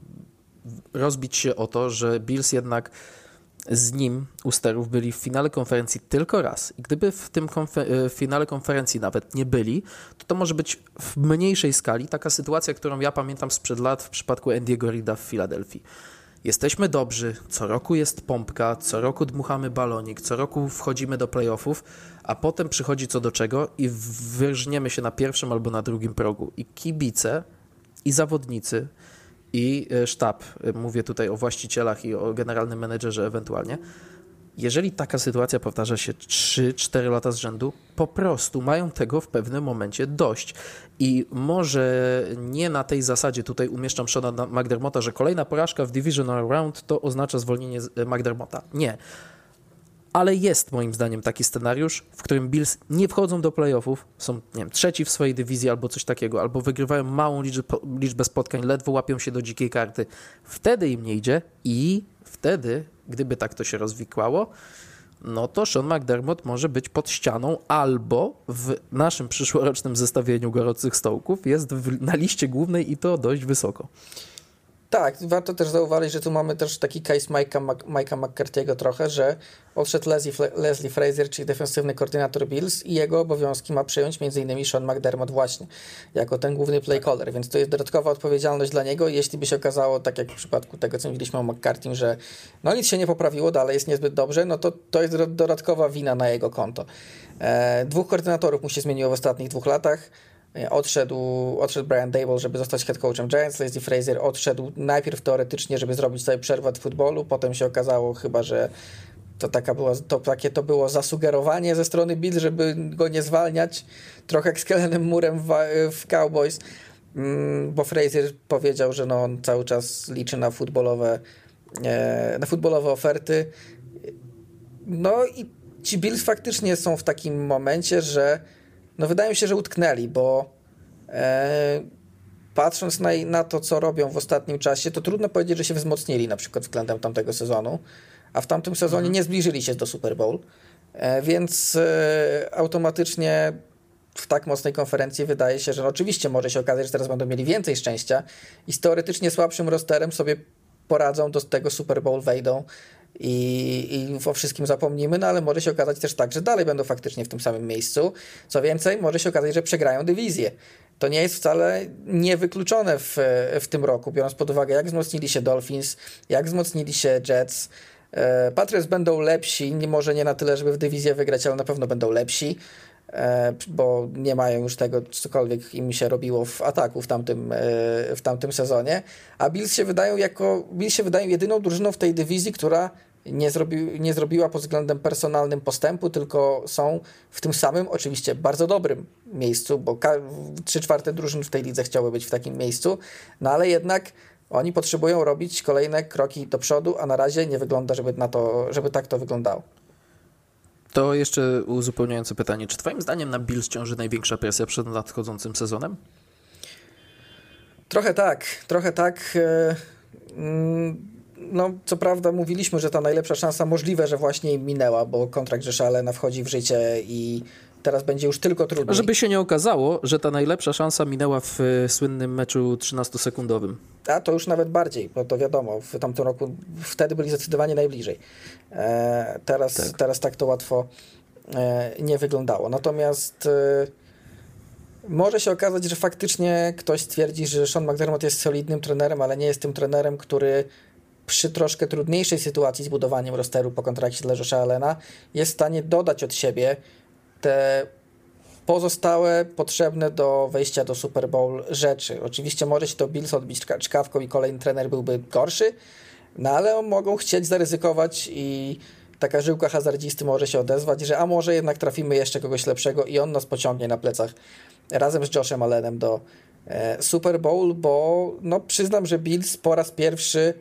rozbić się o to, że Bills jednak z nim u sterów byli w finale konferencji tylko raz i gdyby w tym konfer- w finale konferencji nawet nie byli, to to może być w mniejszej skali taka sytuacja, którą ja pamiętam sprzed lat w przypadku Andy'ego Reida w Filadelfii. Jesteśmy dobrzy, co roku jest pompka, co roku dmuchamy balonik, co roku wchodzimy do playoffów, a potem przychodzi co do czego i wyrżniemy się na pierwszym albo na drugim progu. I kibice, i zawodnicy, i sztab, mówię tutaj o właścicielach i o generalnym menedżerze ewentualnie, jeżeli taka sytuacja powtarza się trzy cztery lata z rzędu, po prostu mają tego w pewnym momencie dość. I może nie na tej zasadzie tutaj umieszczam Seana McDermotta, że kolejna porażka w Divisional Round to oznacza zwolnienie McDermotta. Nie. Ale jest moim zdaniem taki scenariusz, w którym Bills nie wchodzą do playoffów, są nie wiem, trzeci w swojej dywizji albo coś takiego, albo wygrywają małą liczbę, liczbę spotkań, ledwo łapią się do dzikiej karty. Wtedy im nie idzie i wtedy, gdyby tak to się rozwikłało, no to Sean McDermott może być pod ścianą albo w naszym przyszłorocznym zestawieniu gorących stołków jest w, na liście głównej i to dość wysoko. Tak, warto też zauważyć, że tu mamy też taki case Mike'a, Mike'a McCarthy'ego trochę, że odszedł Leslie, Leslie Frazier, czyli defensywny koordynator Bills i jego obowiązki ma przejąć m.in. Sean McDermott właśnie, jako ten główny play caller, więc to jest dodatkowa odpowiedzialność dla niego i jeśli by się okazało, tak jak w przypadku tego, co mówiliśmy o McCarthy'm, że no nic się nie poprawiło, dalej jest niezbyt dobrze, no to to jest dodatkowa wina na jego konto. E, dwóch koordynatorów mu się zmieniło w ostatnich dwóch latach. Odszedł, odszedł Brian Daboll, żeby zostać head coachem Giants. Leslie Frazier odszedł najpierw teoretycznie, żeby zrobić sobie przerwę od futbolu, potem się okazało chyba, że to, taka była, to takie to było zasugerowanie ze strony Bills, żeby go nie zwalniać, trochę jak z Kellenem Murem w, w Cowboys, bo Frazier powiedział, że no on cały czas liczy na futbolowe, na futbolowe oferty. No i ci Bills faktycznie są w takim momencie, że no wydaje mi się, że utknęli, bo e, patrząc na, na to, co robią w ostatnim czasie, to trudno powiedzieć, że się wzmocnili na przykład względem tamtego sezonu, a w tamtym sezonie mhm. nie zbliżyli się do Super Bowl, e, więc e, automatycznie w tak mocnej konferencji wydaje się, że no oczywiście może się okazać, że teraz będą mieli więcej szczęścia i z teoretycznie słabszym rosterem sobie poradzą, do tego Super Bowl wejdą i, i o wszystkim zapomnimy, no ale może się okazać też tak, że dalej będą faktycznie w tym samym miejscu. Co więcej, może się okazać, że przegrają dywizję. To nie jest wcale niewykluczone w, w tym roku, biorąc pod uwagę, jak wzmocnili się Dolphins, jak wzmocnili się Jets. Patriots będą lepsi, nie, może nie na tyle, żeby w dywizję wygrać, ale na pewno będą lepsi, bo nie mają już tego, cokolwiek im się robiło w ataku w tamtym, w tamtym sezonie, a Bills się wydają jako Bills się wydają jedyną drużyną w tej dywizji, która nie, zrobi, nie zrobiła pod względem personalnym postępu, tylko są w tym samym, oczywiście bardzo dobrym miejscu, bo trzy czwarte drużyn w tej lidze chciały być w takim miejscu, no ale jednak oni potrzebują robić kolejne kroki do przodu, a na razie nie wygląda, żeby, na to, żeby tak to wyglądało. To jeszcze uzupełniające pytanie. Czy twoim zdaniem na Bills ciąży największa presja przed nadchodzącym sezonem? Trochę tak, trochę tak. No, co prawda mówiliśmy, że ta najlepsza szansa możliwe, że właśnie im minęła, bo kontrakt Josha Allena wchodzi w życie i teraz będzie już tylko trudniej. Żeby się nie okazało, że ta najlepsza szansa minęła w słynnym meczu trzynastosekundowym. A to już nawet bardziej, bo to wiadomo, w tamtym roku wtedy byli zdecydowanie najbliżej. E, teraz, tak. teraz tak to łatwo e, nie wyglądało. Natomiast e, może się okazać, że faktycznie ktoś stwierdzi, że Sean McDermott jest solidnym trenerem, ale nie jest tym trenerem, który przy troszkę trudniejszej sytuacji z budowaniem rosteru po kontrakcie dla Josha Allena jest w stanie dodać od siebie te pozostałe potrzebne do wejścia do Super Bowl rzeczy. Oczywiście może się to Bills odbić czkawką i kolejny trener byłby gorszy, no ale mogą chcieć zaryzykować i taka żyłka hazardzisty może się odezwać, że a może jednak trafimy jeszcze kogoś lepszego i on nas pociągnie na plecach razem z Joshem Allenem do e, Super Bowl, bo no przyznam, że Bills po raz pierwszy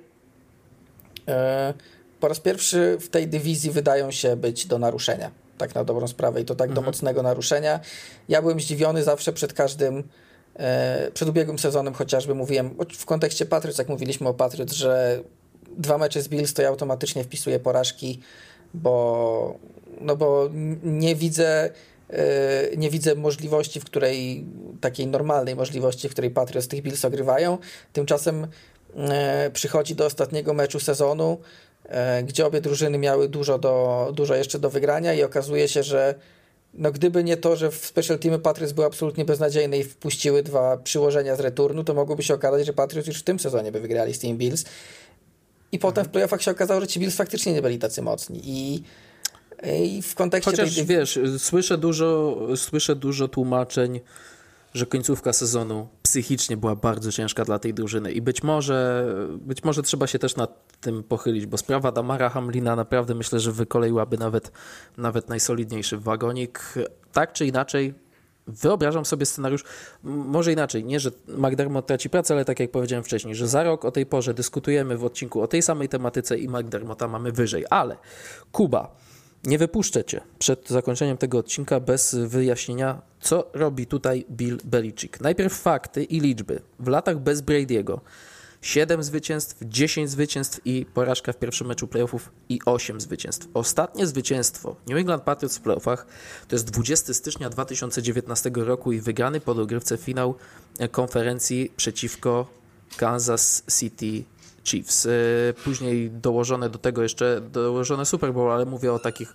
e, po raz pierwszy w tej dywizji wydają się być do naruszenia. Tak na dobrą sprawę i to tak mhm. do mocnego naruszenia. Ja byłem zdziwiony zawsze przed każdym, e, przed ubiegłym sezonem chociażby mówiłem, w kontekście Patriots, jak mówiliśmy o Patriots, że dwa mecze z Bills to ja automatycznie wpisuję porażki, bo, no bo nie widzę e, nie widzę możliwości, w której takiej normalnej możliwości, w której Patriots tych Bills ogrywają. Tymczasem e, przychodzi do ostatniego meczu sezonu, gdzie obie drużyny miały dużo, do, dużo jeszcze do wygrania i okazuje się, że no gdyby nie to, że w special teamy Patriots były absolutnie beznadziejne i wpuściły dwa przyłożenia z returnu, to mogłoby się okazać, że Patriots już w tym sezonie by wygrali z tymi Bills. I potem w playoffach się okazało, że ci Bills faktycznie nie byli tacy mocni. I, i w kontekście Chociaż tej... wiesz, słyszę dużo, słyszę dużo tłumaczeń, że końcówka sezonu psychicznie była bardzo ciężka dla tej drużyny i być może, być może trzeba się też nad tym pochylić, bo sprawa Damara Hamlina naprawdę myślę, że wykoleiłaby nawet, nawet najsolidniejszy wagonik. Tak czy inaczej, wyobrażam sobie scenariusz, może inaczej, nie, że McDermott traci pracę, ale tak jak powiedziałem wcześniej, że za rok o tej porze dyskutujemy w odcinku o tej samej tematyce i McDermotta mamy wyżej, ale Kuba, nie wypuszczę cię przed zakończeniem tego odcinka bez wyjaśnienia, co robi tutaj Bill Belichick. Najpierw fakty i liczby. W latach bez Brady'ego siedem zwycięstw, dziesięć zwycięstw i porażka w pierwszym meczu playoffów i osiem zwycięstw. Ostatnie zwycięstwo New England Patriots w playoffach to jest dwudziestego stycznia dwa tysiące dziewiętnastego roku i wygrany po dogrywce finał konferencji przeciwko Kansas City Chiefs. Później dołożone do tego jeszcze dołożone Super Bowl, ale mówię o takich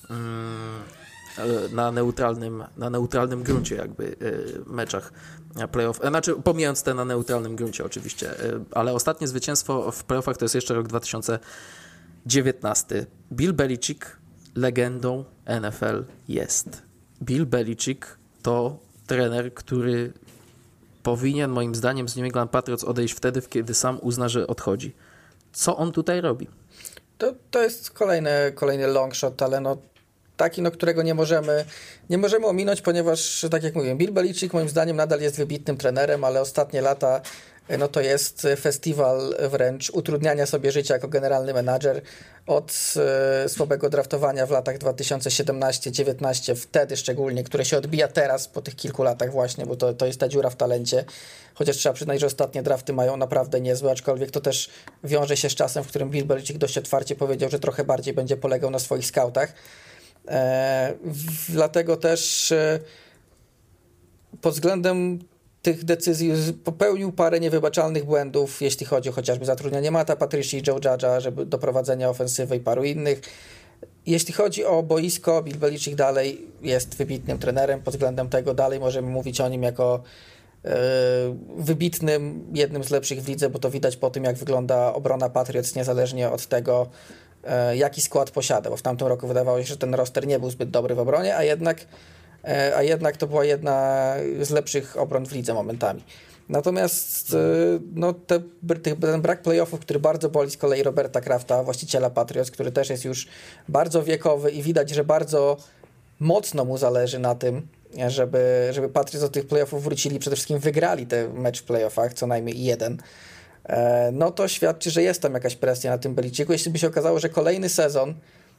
mm, na neutralnym, na neutralnym gruncie jakby meczach playoff. Znaczy pomijając te na neutralnym gruncie oczywiście, ale ostatnie zwycięstwo w playoffach to jest jeszcze rok dwa tysiące dziewiętnasty. Bill Belichick legendą N F L jest. Bill Belichick to trener, który powinien moim zdaniem z New England Patriots odejść wtedy, kiedy sam uzna, że odchodzi. Co on tutaj robi? To, to jest kolejny, kolejny long shot, ale no taki, no, którego nie możemy, nie możemy ominąć, ponieważ, tak jak mówiłem, Bill Belichick moim zdaniem nadal jest wybitnym trenerem, ale ostatnie lata no to jest festiwal wręcz utrudniania sobie życia jako generalny menadżer. Od e, słabego draftowania w latach dwa tysiące siedemnaście dziewiętnaście, wtedy szczególnie, które się odbija teraz po tych kilku latach właśnie, bo to, to jest ta dziura w talencie. Chociaż trzeba przyznać, że ostatnie drafty mają naprawdę niezłe, aczkolwiek to też wiąże się z czasem, w którym Bill Belichick dość otwarcie powiedział, że trochę bardziej będzie polegał na swoich scoutach. E, w, dlatego też e, pod względem tych decyzji popełnił parę niewybaczalnych błędów, jeśli chodzi o chociażby zatrudnianie Matta Patricia i Joe Judge'a, żeby do prowadzenia ofensywy i paru innych. Jeśli chodzi o boisko, Bill Belichick dalej jest wybitnym trenerem, pod względem tego dalej możemy mówić o nim jako e, wybitnym, jednym z lepszych w lidze, bo to widać po tym, jak wygląda obrona Patriots, niezależnie od tego, e, jaki skład posiada, bo w tamtym roku wydawało się, że ten roster nie był zbyt dobry w obronie, a jednak a jednak to była jedna z lepszych obron w lidze momentami. Natomiast no, te, ten brak playoffów, który bardzo boli z kolei Roberta Krafta, właściciela Patriots, który też jest już bardzo wiekowy i widać, że bardzo mocno mu zależy na tym, żeby, żeby Patriots do tych playoffów wrócili, przede wszystkim wygrali ten mecz w playoffach, co najmniej jeden. No to świadczy, że jest tam jakaś presja na tym Belicicku. Jeśli by się okazało, że kolejny sezon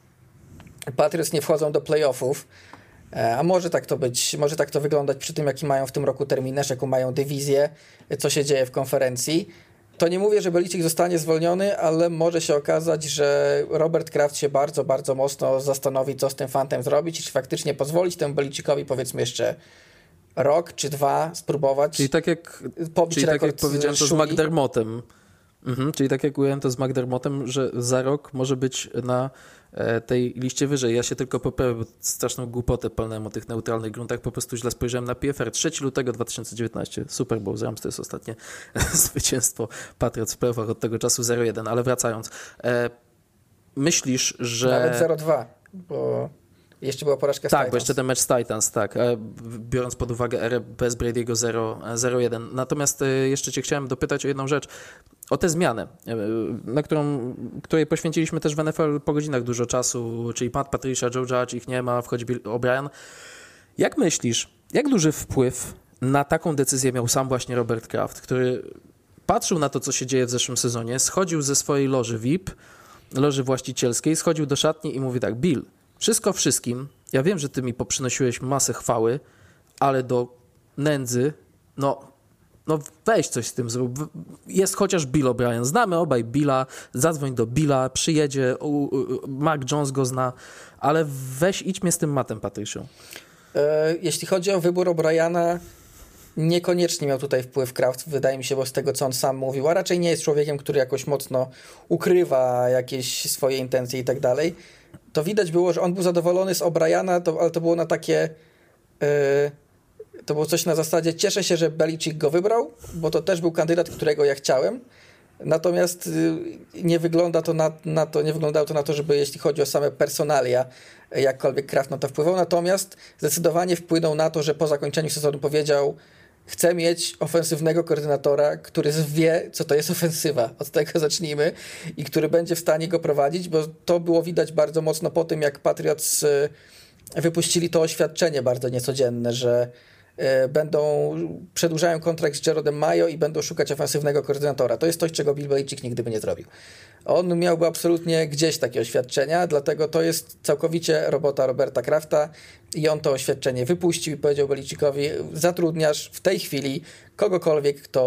Patriots nie wchodzą do playoffów, a może tak to być, może tak to wyglądać przy tym, jaki mają w tym roku terminarz, jaką mają dywizję, co się dzieje w konferencji, to nie mówię, że Belichick zostanie zwolniony, ale może się okazać, że Robert Kraft się bardzo, bardzo mocno zastanowi, co z tym fantem zrobić i czy faktycznie pozwolić temu Belicickowi powiedzmy jeszcze rok czy dwa spróbować. Czyli tak jak, pobić czyli tak jak powiedziałem to z Szuli. McDermottem. Mhm, czyli tak jak ujęłem to z McDermottem, że za rok może być na tej liście wyżej. Ja się tylko poprawię, bo straszną głupotę palnąłem o tych neutralnych gruntach. Po prostu źle spojrzałem na P F R. trzeciego lutego dwa tysiące dziewiętnastego. Super Bowl z Rams to jest ostatnie zwycięstwo Patriots w playoffach od tego czasu zero jeden. Ale wracając. E, myślisz, że... Nawet zero dwa, bo jeszcze była porażka z Tak, Titans. bo jeszcze ten mecz z Titans, tak. E, biorąc pod uwagę erę bez Brady'ego zero jeden. Natomiast e, jeszcze cię chciałem dopytać o jedną rzecz. O tę zmianę, na którą, której poświęciliśmy też w N F L po godzinach dużo czasu, czyli Matt Patricia, Joe Judge, ich nie ma, wchodzi Bill O'Brien. Jak myślisz, jak duży wpływ na taką decyzję miał sam właśnie Robert Kraft, który patrzył na to, co się dzieje w zeszłym sezonie, schodził ze swojej loży V I P, loży właścicielskiej, schodził do szatni i mówi tak: Bill, wszystko wszystkim, ja wiem, że ty mi poprzynosiłeś masę chwały, ale do nędzy, no... No weź coś z tym zrób. Jest chociaż Bill O'Brien. Znamy obaj Billa, zadzwoń do Billa, przyjedzie, Mark Jones go zna, ale weź idź mnie z tym Mattem Patricią. Jeśli chodzi o wybór O'Briana, niekoniecznie miał tutaj wpływ Kraft, wydaje mi się, bo z tego, co on sam mówił, a raczej nie jest człowiekiem, który jakoś mocno ukrywa jakieś swoje intencje i tak dalej. To widać było, że on był zadowolony z O'Briana, to, ale to było na takie... Yy, To było coś na zasadzie: cieszę się, że Belichick go wybrał, bo to też był kandydat, którego ja chciałem. Natomiast nie wygląda to na, na to, nie wyglądało to na to, żeby jeśli chodzi o same personalia, jakkolwiek Kraft na to wpływał. Natomiast zdecydowanie wpłynął na to, że po zakończeniu sezonu powiedział: chcę mieć ofensywnego koordynatora, który wie, co to jest ofensywa. Od tego zacznijmy. I który będzie w stanie go prowadzić, bo to było widać bardzo mocno po tym, jak Patriots wypuścili to oświadczenie bardzo niecodzienne, że będą, przedłużają kontrakt z Jerodem Mayo i będą szukać ofensywnego koordynatora. To jest coś, czego Bill Belichick nigdy by nie zrobił. On miałby absolutnie gdzieś takie oświadczenia, dlatego to jest całkowicie robota Roberta Krafta i on to oświadczenie wypuścił i powiedział Belicickowi: zatrudniasz w tej chwili kogokolwiek, kto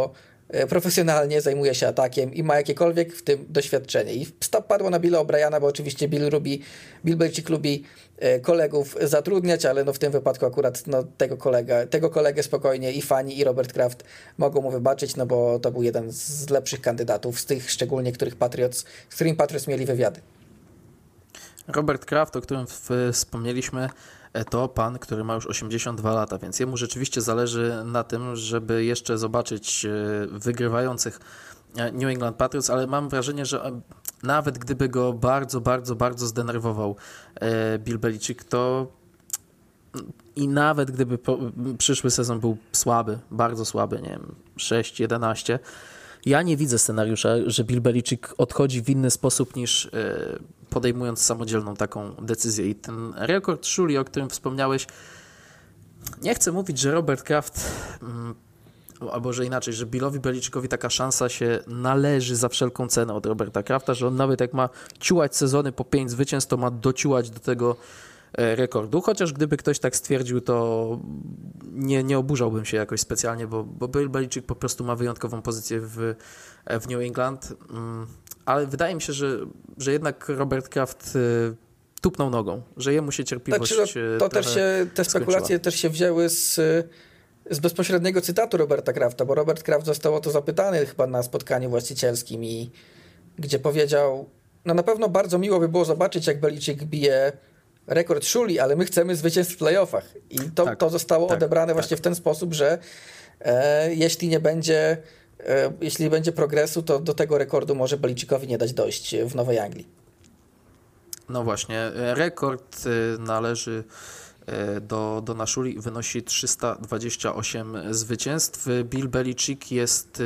profesjonalnie zajmuje się atakiem i ma jakiekolwiek w tym doświadczenie. I padło na Billa O'Briana, bo oczywiście Bill lubi, Bill Belichick lubi kolegów zatrudniać, ale no w tym wypadku akurat no tego, kolega, tego kolegę spokojnie i fani, i Robert Kraft mogą mu wybaczyć, no bo to był jeden z lepszych kandydatów, z tych szczególnie, których Patriots, z którymi Patriots mieli wywiady. Robert Kraft, o którym wspomnieliśmy, to pan, który ma już osiemdziesiąt dwa lata, więc jemu rzeczywiście zależy na tym, żeby jeszcze zobaczyć wygrywających New England Patriots, ale mam wrażenie, że nawet gdyby go bardzo, bardzo, bardzo zdenerwował Bill Belichick, to i nawet gdyby po, przyszły sezon był słaby, bardzo słaby, nie wiem, sześć jedenaście, ja nie widzę scenariusza, że Bill Belichick odchodzi w inny sposób niż podejmując samodzielną taką decyzję. I ten rekord Shuli, o którym wspomniałeś, nie chcę mówić, że Robert Kraft, albo że inaczej, że Billowi Belicickowi taka szansa się należy za wszelką cenę od Roberta Krafta, że on nawet jak ma ciułać sezony po pięć zwycięstw, to ma dociułać do tego rekordu, chociaż gdyby ktoś tak stwierdził, to nie, nie oburzałbym się jakoś specjalnie, bo, bo Bill Belichick po prostu ma wyjątkową pozycję w, w New England, ale wydaje mi się, że, że jednak Robert Kraft tupnął nogą, że jemu się cierpliwość znaczy, no, to też się, te spekulacje skończyła. też się wzięły z, z bezpośredniego cytatu Roberta Krafta, bo Robert Kraft został o to zapytany chyba na spotkaniu właścicielskim i gdzie powiedział, no na pewno bardzo miło by było zobaczyć, jak Belichick bije rekord Shuli, ale my chcemy zwycięstw w playoffach. I to, tak, to zostało tak, odebrane tak. właśnie w ten sposób, że e, jeśli nie będzie e, jeśli będzie progresu, to do tego rekordu może Belicickowi nie dać dojść w Nowej Anglii. No właśnie, rekord należy do, do Nashuli, wynosi trzysta dwadzieścia osiem zwycięstw. Bill Belichick jest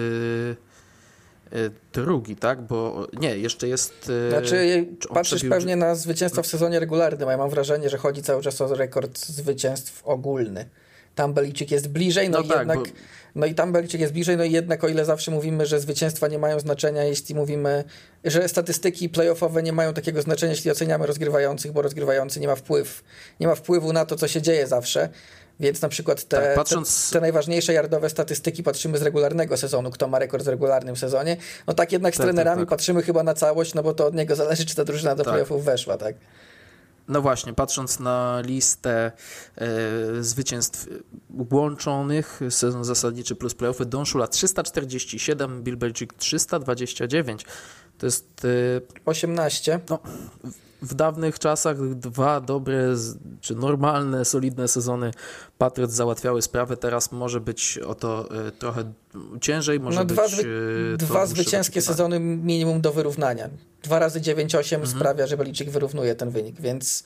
drugi, tak? Bo nie, jeszcze jest... Znaczy, patrzysz przebił... pewnie na zwycięstwa w sezonie regularnym, a ja mam wrażenie, że chodzi cały czas o rekord zwycięstw ogólny. Tam Belichick jest bliżej, no, no i tak, jednak... Bo... No i tam Belichick jest bliżej, no i jednak o ile zawsze mówimy, że zwycięstwa nie mają znaczenia, jeśli mówimy, że statystyki playoffowe nie mają takiego znaczenia, jeśli oceniamy rozgrywających, bo rozgrywający nie ma wpływ, nie ma wpływu na to, co się dzieje zawsze. Więc na przykład te, tak, patrząc... te, te najważniejsze yardowe statystyki patrzymy z regularnego sezonu, kto ma rekord w regularnym sezonie. No tak jednak z tak, trenerami tak, tak. patrzymy chyba na całość, no bo to od niego zależy, czy ta drużyna do tak. playoffów weszła, tak? No właśnie, patrząc na listę e, zwycięstw łączonych, sezon zasadniczy plus playoffy, Don Shula trzysta czterdzieści siedem, Bill Belichick trzysta dwadzieścia dziewięć. To jest... E, osiemnaście. No, w dawnych czasach dwa dobre, czy normalne, solidne sezony Patriots załatwiały sprawę. Teraz może być o to y, trochę ciężej. Może no być, dwa, zwy- y, dwa zwycięskie sezony minimum do wyrównania. Dwa razy dziewięć osiem mhm. sprawia, że Belichick wyrównuje ten wynik, więc...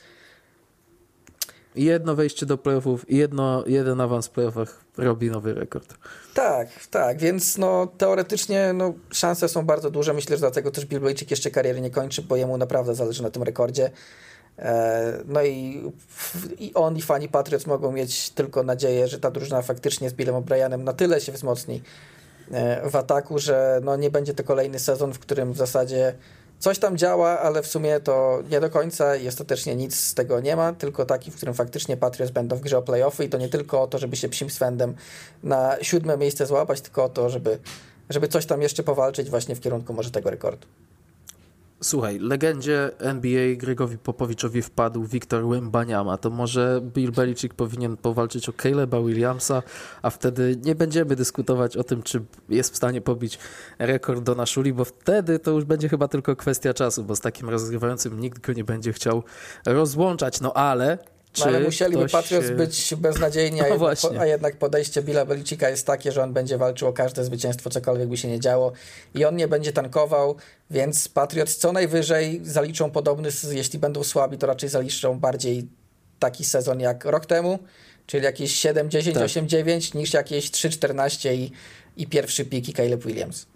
Jedno wejście do playoffów i jedno, jeden awans w playoffach robi nowy rekord. Tak, tak, więc no teoretycznie no, szanse są bardzo duże. Myślę, że dlatego też Bill Belichick jeszcze kariery nie kończy, bo jemu naprawdę zależy na tym rekordzie. E, no i, i on i fani Patriots mogą mieć tylko nadzieję, że ta drużyna faktycznie z Billem O'Brienem na tyle się wzmocni e, w ataku, że no, nie będzie to kolejny sezon, w którym w zasadzie coś tam działa, ale w sumie to nie do końca i ostatecznie nic z tego nie ma, tylko taki, w którym faktycznie Patriots będą w grze o playoffy i to nie tylko o to, żeby się psim swędem na siódme miejsce złapać, tylko o to, żeby, żeby coś tam jeszcze powalczyć właśnie w kierunku może tego rekordu. Słuchaj, legendzie N B A Gregowi Popowiczowi wpadł Victor Wembanyama. To może Bill Belichick powinien powalczyć o Caleba Williamsa, a wtedy nie będziemy dyskutować o tym, czy jest w stanie pobić rekord Dona Shuli, bo wtedy to już będzie chyba tylko kwestia czasu, bo z takim rozgrywającym nikt go nie będzie chciał rozłączać. No ale... No ale musieliby ktoś... Patriots być beznadziejni, a, no jednak, a jednak podejście Billa Belicicka jest takie, że on będzie walczył o każde zwycięstwo, cokolwiek by się nie działo i on nie będzie tankował, więc Patriots co najwyżej zaliczą podobny, jeśli będą słabi, to raczej zaliczą bardziej taki sezon jak rok temu, czyli jakieś siedem dziesięć, tak. osiem dziewięć niż jakieś trzy czternaście i, i pierwszy pik i Caleb Williams.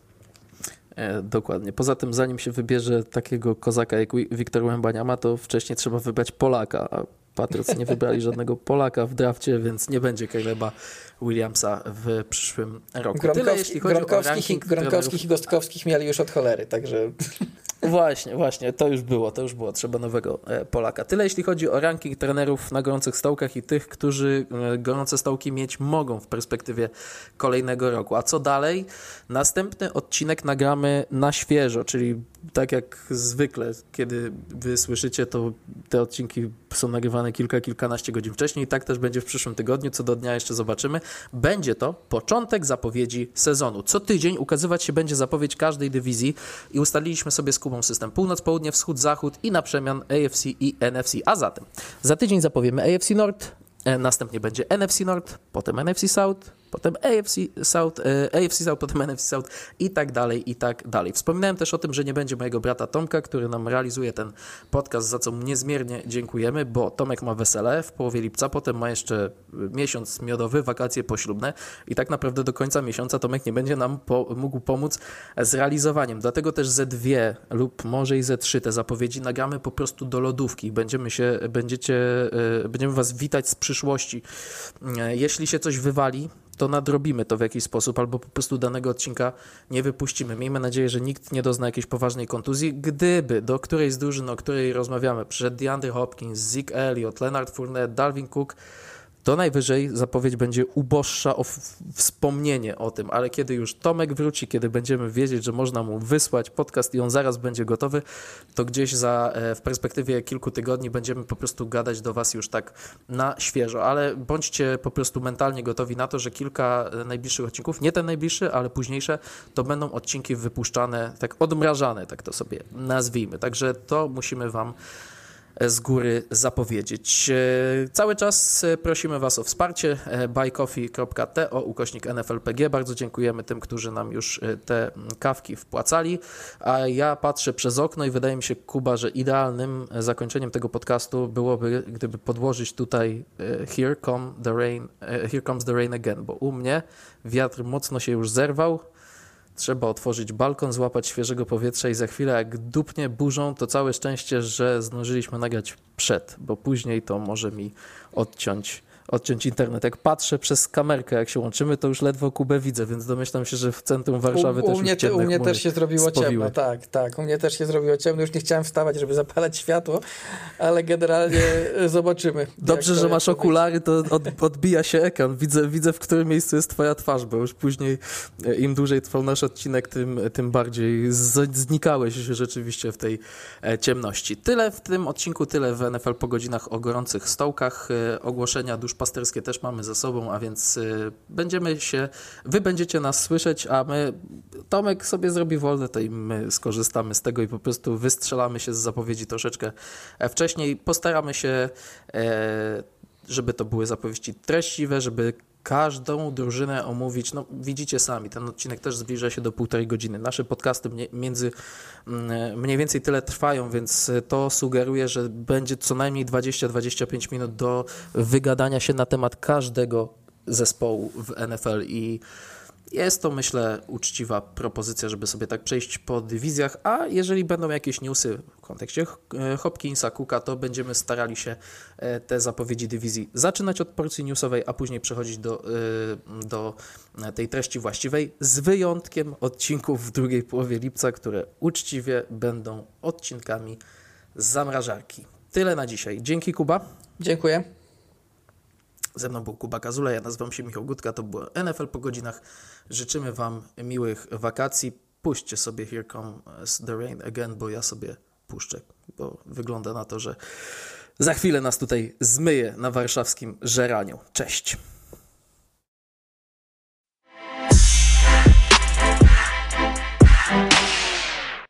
E, dokładnie. Poza tym zanim się wybierze takiego kozaka jak Victor Wembanyama, to wcześniej trzeba wybrać Polaka, a Patriots nie wybrali żadnego Polaka w drafcie, więc nie będzie Caleba Williamsa w przyszłym roku. Gronkowski, Tyle, jeśli chodzi Gronkowskich, o ranking i, Gronkowskich i Gostkowskich mieli już od cholery, także... Właśnie, właśnie, to już było, to już było, trzeba nowego Polaka. Tyle jeśli chodzi o ranking trenerów na gorących stołkach i tych, którzy gorące stołki mieć mogą w perspektywie kolejnego roku. A co dalej? Następny odcinek nagramy na świeżo, czyli tak jak zwykle, kiedy wy słyszycie, to te odcinki są nagrywane kilka, kilkanaście godzin wcześniej i tak też będzie w przyszłym tygodniu, co do dnia jeszcze zobaczymy. Będzie to początek zapowiedzi sezonu. Co tydzień ukazywać się będzie zapowiedź każdej dywizji i ustaliliśmy sobie z Kubą system północ, południe, wschód, zachód i na przemian A F C i N F C. A zatem za tydzień zapowiemy A F C North, następnie będzie N F C North, potem N F C South, potem A F C South, A F C South, potem N F C South i tak dalej, i tak dalej. Wspominałem też o tym, że nie będzie mojego brata Tomka, który nam realizuje ten podcast, za co mu niezmiernie dziękujemy, bo Tomek ma wesele w połowie lipca, potem ma jeszcze miesiąc miodowy, wakacje poślubne i tak naprawdę do końca miesiąca Tomek nie będzie nam po, mógł pomóc z realizowaniem. Dlatego też ze dwie lub może i ze trzy te zapowiedzi nagramy po prostu do lodówki. Będziemy się, będziecie, będziemy was witać z przyszłości. Jeśli się coś wywali, to nadrobimy to w jakiś sposób, albo po prostu danego odcinka nie wypuścimy. Miejmy nadzieję, że nikt nie dozna jakiejś poważnej kontuzji. Gdyby do którejś z drużyn, o której rozmawiamy, przyszedł DeAndre Hopkins, Zeke Elliott, Leonard Fournette, Dalvin Cook, to najwyżej zapowiedź będzie uboższa o wspomnienie o tym, ale kiedy już Tomek wróci, kiedy będziemy wiedzieć, że można mu wysłać podcast i on zaraz będzie gotowy, to gdzieś za, w perspektywie kilku tygodni będziemy po prostu gadać do was już tak na świeżo, ale bądźcie po prostu mentalnie gotowi na to, że kilka najbliższych odcinków, nie ten najbliższy, ale późniejsze, to będą odcinki wypuszczane, tak odmrażane, tak to sobie nazwijmy, także to musimy wam z góry zapowiedzieć. Cały czas prosimy was o wsparcie buycoffee kropka to ukośnik N F L P G. Bardzo dziękujemy tym, którzy nam już te kawki wpłacali, a ja patrzę przez okno i wydaje mi się, Kuba, że idealnym zakończeniem tego podcastu byłoby, gdyby podłożyć tutaj Here come the rain, Here comes the rain again, bo u mnie wiatr mocno się już zerwał. Trzeba otworzyć balkon, złapać świeżego powietrza i za chwilę jak dupnie burzą, to całe szczęście, że zdążyliśmy nagrać przed, bo później to może mi odciąć, odciąć internet. Jak patrzę przez kamerkę, jak się łączymy, to już ledwo Kubę widzę, więc domyślam się, że w centrum Warszawy u, też u mnie, już U mnie też się zrobiło spowiły. ciemno, tak, tak. U mnie też się zrobiło ciemno. Już nie chciałem wstawać, żeby zapalać światło, ale generalnie zobaczymy. Dobrze, że masz okulary, to od, odbija się ekran. Widzę, widzę, w którym miejscu jest twoja twarz, bo już później im dłużej trwał nasz odcinek, tym, tym bardziej z, znikałeś rzeczywiście w tej ciemności. Tyle w tym odcinku, tyle w N F L po godzinach o gorących stołkach. Ogłoszenia duszpasterskie też mamy za sobą, a więc będziemy się, wy będziecie nas słyszeć, a my, Tomek sobie zrobi wolne, to i my skorzystamy z tego i po prostu wystrzelamy się z zapowiedzi troszeczkę wcześniej. Postaramy się, żeby to były zapowiedzi treściwe, żeby każdą drużynę omówić. No widzicie sami, ten odcinek też zbliża się do półtorej godziny. Nasze podcasty między, mniej więcej tyle trwają, więc to sugeruje, że będzie co najmniej dwadzieścia do dwudziestu pięciu minut do wygadania się na temat każdego zespołu w N F L i jest to, myślę, uczciwa propozycja, żeby sobie tak przejść po dywizjach, a jeżeli będą jakieś newsy w kontekście Hopkinsa, Cooka, to będziemy starali się te zapowiedzi dywizji zaczynać od porcji newsowej, a później przechodzić do, do tej treści właściwej, z wyjątkiem odcinków w drugiej połowie lipca, które uczciwie będą odcinkami z zamrażarki. Tyle na dzisiaj. Dzięki, Kuba. Dziękuję. Ze mną był Kuba Kazula, ja nazywam się Michał Gutka, to było N F L po godzinach. Życzymy wam miłych wakacji. Puśćcie sobie Here Comes the Rain Again, bo ja sobie puszczę, bo wygląda na to, że za chwilę nas tutaj zmyje na warszawskim żeraniu. Cześć!